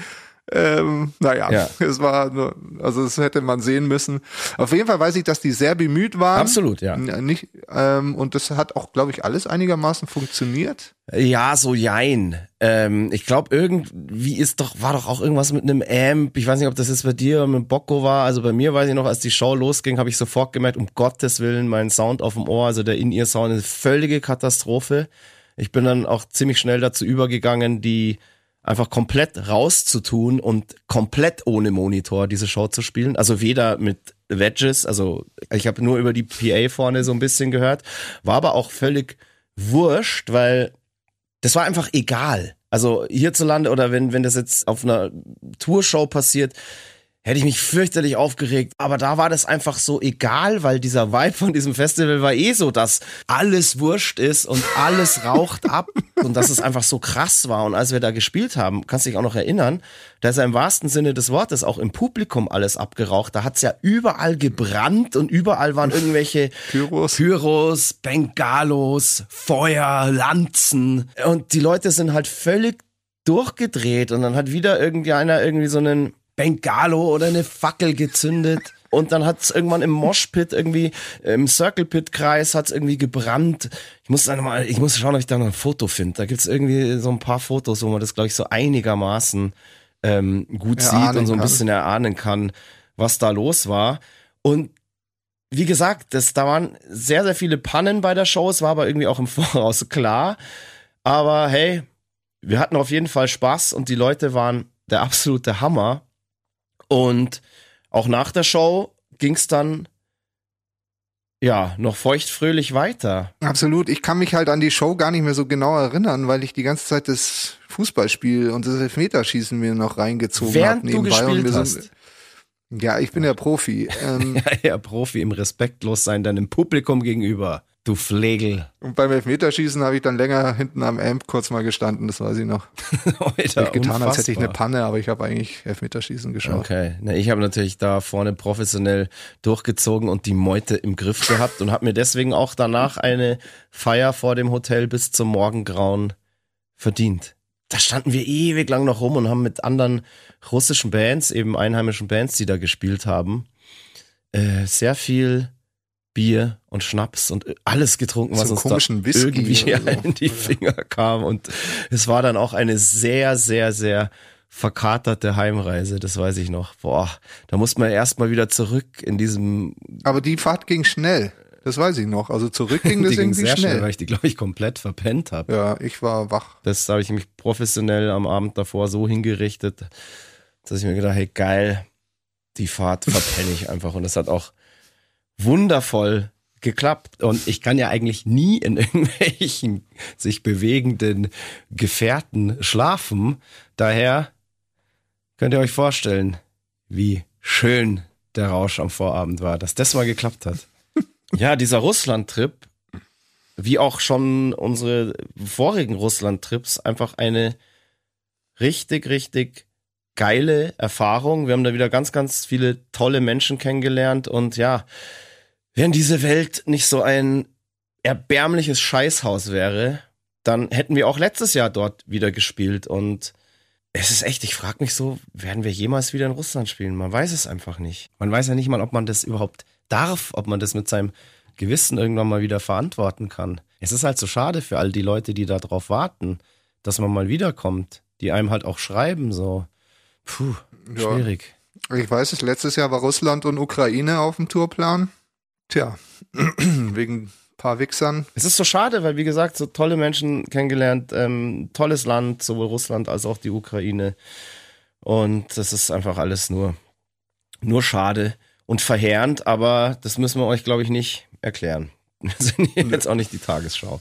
S3: es war nur, also das hätte man sehen müssen. Auf jeden Fall weiß ich, dass die sehr bemüht waren.
S2: Absolut, ja.
S3: Und das hat auch, glaube ich, alles einigermaßen funktioniert.
S2: Ja, so jein. Ich glaube, irgendwie war doch auch irgendwas mit einem Amp. Ich weiß nicht, ob das jetzt bei dir mit dem Bocco war. Also bei mir weiß ich noch, als die Show losging, habe ich sofort gemerkt, um Gottes Willen, mein Sound auf dem Ohr, also der In-Ear-Sound, ist eine völlige Katastrophe. Ich bin dann auch ziemlich schnell dazu übergegangen, die einfach komplett rauszutun und komplett ohne Monitor diese Show zu spielen. Also weder mit Wedges, also ich habe nur über die PA vorne so ein bisschen gehört, war aber auch völlig wurscht, weil das war einfach egal. Also hierzulande oder wenn das jetzt auf einer Tourshow passiert, hätte ich mich fürchterlich aufgeregt. Aber da war das einfach so egal, weil dieser Vibe von diesem Festival war so, dass alles wurscht ist und alles raucht ab und dass es einfach so krass war. Und als wir da gespielt haben, kannst du dich auch noch erinnern, da ist ja im wahrsten Sinne des Wortes auch im Publikum alles abgeraucht. Da hat's ja überall gebrannt und überall waren irgendwelche Pyros, Bengalos, Feuer, Lanzen. Und die Leute sind halt völlig durchgedreht und dann hat wieder irgendeiner irgendwie so einen Bengalo oder eine Fackel gezündet und dann hat's irgendwann im Moshpit irgendwie, im Circle Pit Kreis hat's irgendwie gebrannt. Ich muss schauen, ob ich da noch ein Foto finde. Da gibt's irgendwie so ein paar Fotos, wo man das, glaube ich, so einigermaßen gut sieht und so ein bisschen erahnen kann, was da los war. Und wie gesagt, da waren sehr, sehr viele Pannen bei der Show. Es war aber irgendwie auch im Voraus klar. Aber hey, wir hatten auf jeden Fall Spaß und die Leute waren der absolute Hammer. Und auch nach der Show ging's dann noch feuchtfröhlich weiter.
S3: Absolut. Ich kann mich halt an die Show gar nicht mehr so genau erinnern, weil ich die ganze Zeit das Fußballspiel und das Elfmeterschießen mir noch reingezogen habe.
S2: Während du gespielt hast.
S3: Ja, ich bin ja Profi.
S2: Ja, Profi im Respektlossein deinem Publikum gegenüber. Du Flegel.
S3: Und beim Elfmeterschießen habe ich dann länger hinten am Amp kurz mal gestanden, das weiß ich noch.
S2: Alter,
S3: ich getan, als hätte ich eine Panne, aber ich habe eigentlich Elfmeterschießen geschaut.
S2: Okay, ich habe natürlich da vorne professionell durchgezogen und die Meute im Griff gehabt und habe mir deswegen auch danach eine Feier vor dem Hotel bis zum Morgengrauen verdient. Da standen wir ewig lang noch rum und haben mit anderen russischen Bands, eben einheimischen Bands, die da gespielt haben, sehr viel Bier und Schnaps und alles getrunken, was uns da irgendwie in die Finger kam. Und es war dann auch eine sehr, sehr, sehr verkaterte Heimreise, das weiß ich noch. Boah, da musste man erst mal wieder zurück in diesem...
S3: Aber die Fahrt ging schnell, das weiß ich noch. Also zurück ging das irgendwie
S2: sehr schnell, weil ich die, glaube ich, komplett verpennt habe.
S3: Ja, ich war wach.
S2: Das habe ich mich professionell am Abend davor so hingerichtet, dass ich mir gedacht, hey geil, die Fahrt verpenne ich einfach. Und es hat auch wundervoll geklappt. Und ich kann ja eigentlich nie in irgendwelchen sich bewegenden Gefährten schlafen. Daher könnt ihr euch vorstellen, wie schön der Rausch am Vorabend war, dass das mal geklappt hat. Ja, dieser Russland-Trip, wie auch schon unsere vorigen Russland-Trips, einfach eine richtig, richtig geile Erfahrung. Wir haben da wieder ganz, ganz viele tolle Menschen kennengelernt und ja, wenn diese Welt nicht so ein erbärmliches Scheißhaus wäre, dann hätten wir auch letztes Jahr dort wieder gespielt und es ist echt, ich frage mich so, werden wir jemals wieder in Russland spielen? Man weiß es einfach nicht. Man weiß ja nicht mal, ob man das überhaupt darf, ob man das mit seinem Gewissen irgendwann mal wieder verantworten kann. Es ist halt so schade für all die Leute, die da drauf warten, dass man mal wiederkommt, die einem halt auch schreiben, so. Puh, schwierig.
S3: Ja, ich weiß es, letztes Jahr war Russland und Ukraine auf dem Tourplan. Tja, wegen ein paar Wichsern.
S2: Es ist so schade, weil wie gesagt, so tolle Menschen kennengelernt, tolles Land, sowohl Russland als auch die Ukraine. Und das ist einfach alles nur schade und verheerend, aber das müssen wir euch, glaube ich, nicht erklären. Wir sind hier jetzt auch nicht die Tagesschau.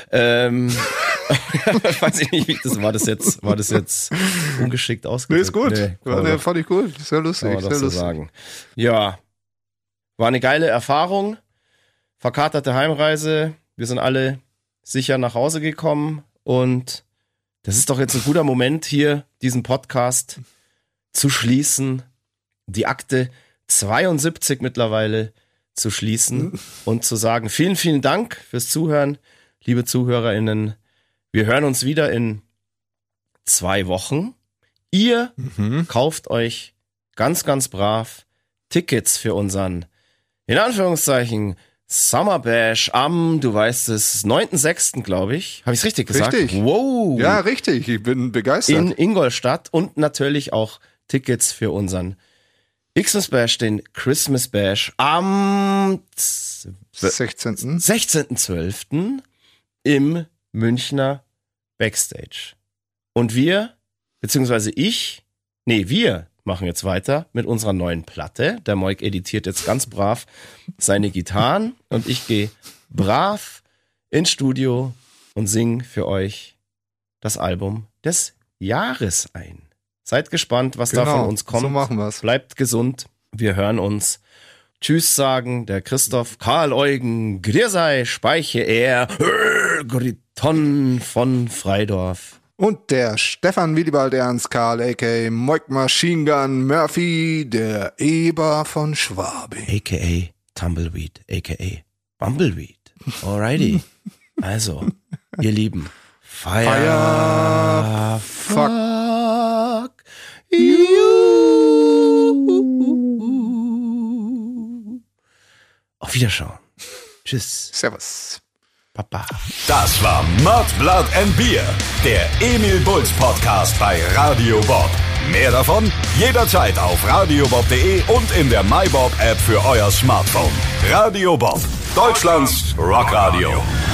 S2: Weiß ich nicht, war das jetzt ungeschickt ausgedrückt?
S3: Nee, ist gut. Nee, fand ich gut. Sehr lustig.
S2: Kann man das so sagen. Ja, war eine geile Erfahrung. Verkaterte Heimreise. Wir sind alle sicher nach Hause gekommen und das ist doch jetzt ein guter Moment, hier diesen Podcast zu schließen. Die Akte 72 mittlerweile zu schließen und zu sagen, vielen, vielen Dank fürs Zuhören, liebe ZuhörerInnen. Wir hören uns wieder in 2 Wochen. Ihr kauft euch ganz, ganz brav Tickets für unseren, in Anführungszeichen, Summer Bash am, du weißt es, 9.6., glaube ich. Habe ich es richtig gesagt?
S3: Richtig.
S2: Wow.
S3: Ja, richtig. Ich bin begeistert.
S2: In Ingolstadt und natürlich auch Tickets für unseren Xmas Bash, den Christmas Bash am 16.12. im Münchner Backstage. Und wir machen jetzt weiter mit unserer neuen Platte. Der Moik editiert jetzt ganz brav seine Gitarren und ich gehe brav ins Studio und singe für euch das Album des Jahres ein. Seid gespannt, was da von uns kommt.
S3: So machen wir's.
S2: Bleibt gesund. Wir hören uns. Tschüss sagen der Christoph, Karl Eugen, Griersei, Speiche er, Griton von Freidorf.
S3: Und der Stefan Willibald Ernst Karl, a.k.a. Moik Machine Gun Murphy, der Eber von Schwabing.
S2: A.k.a. Tumbleweed, a.k.a. Bumbleweed. Alrighty. Also, ihr Lieben, Fire fuck you. Auf Wiederschauen. Tschüss.
S3: Servus.
S2: Papa.
S1: Das war Mud, Blood and Beer, der Emil Bulls Podcast bei Radio Bob. Mehr davon jederzeit auf radiobob.de und in der MyBob App für euer Smartphone. Radio Bob, Deutschlands Rockradio.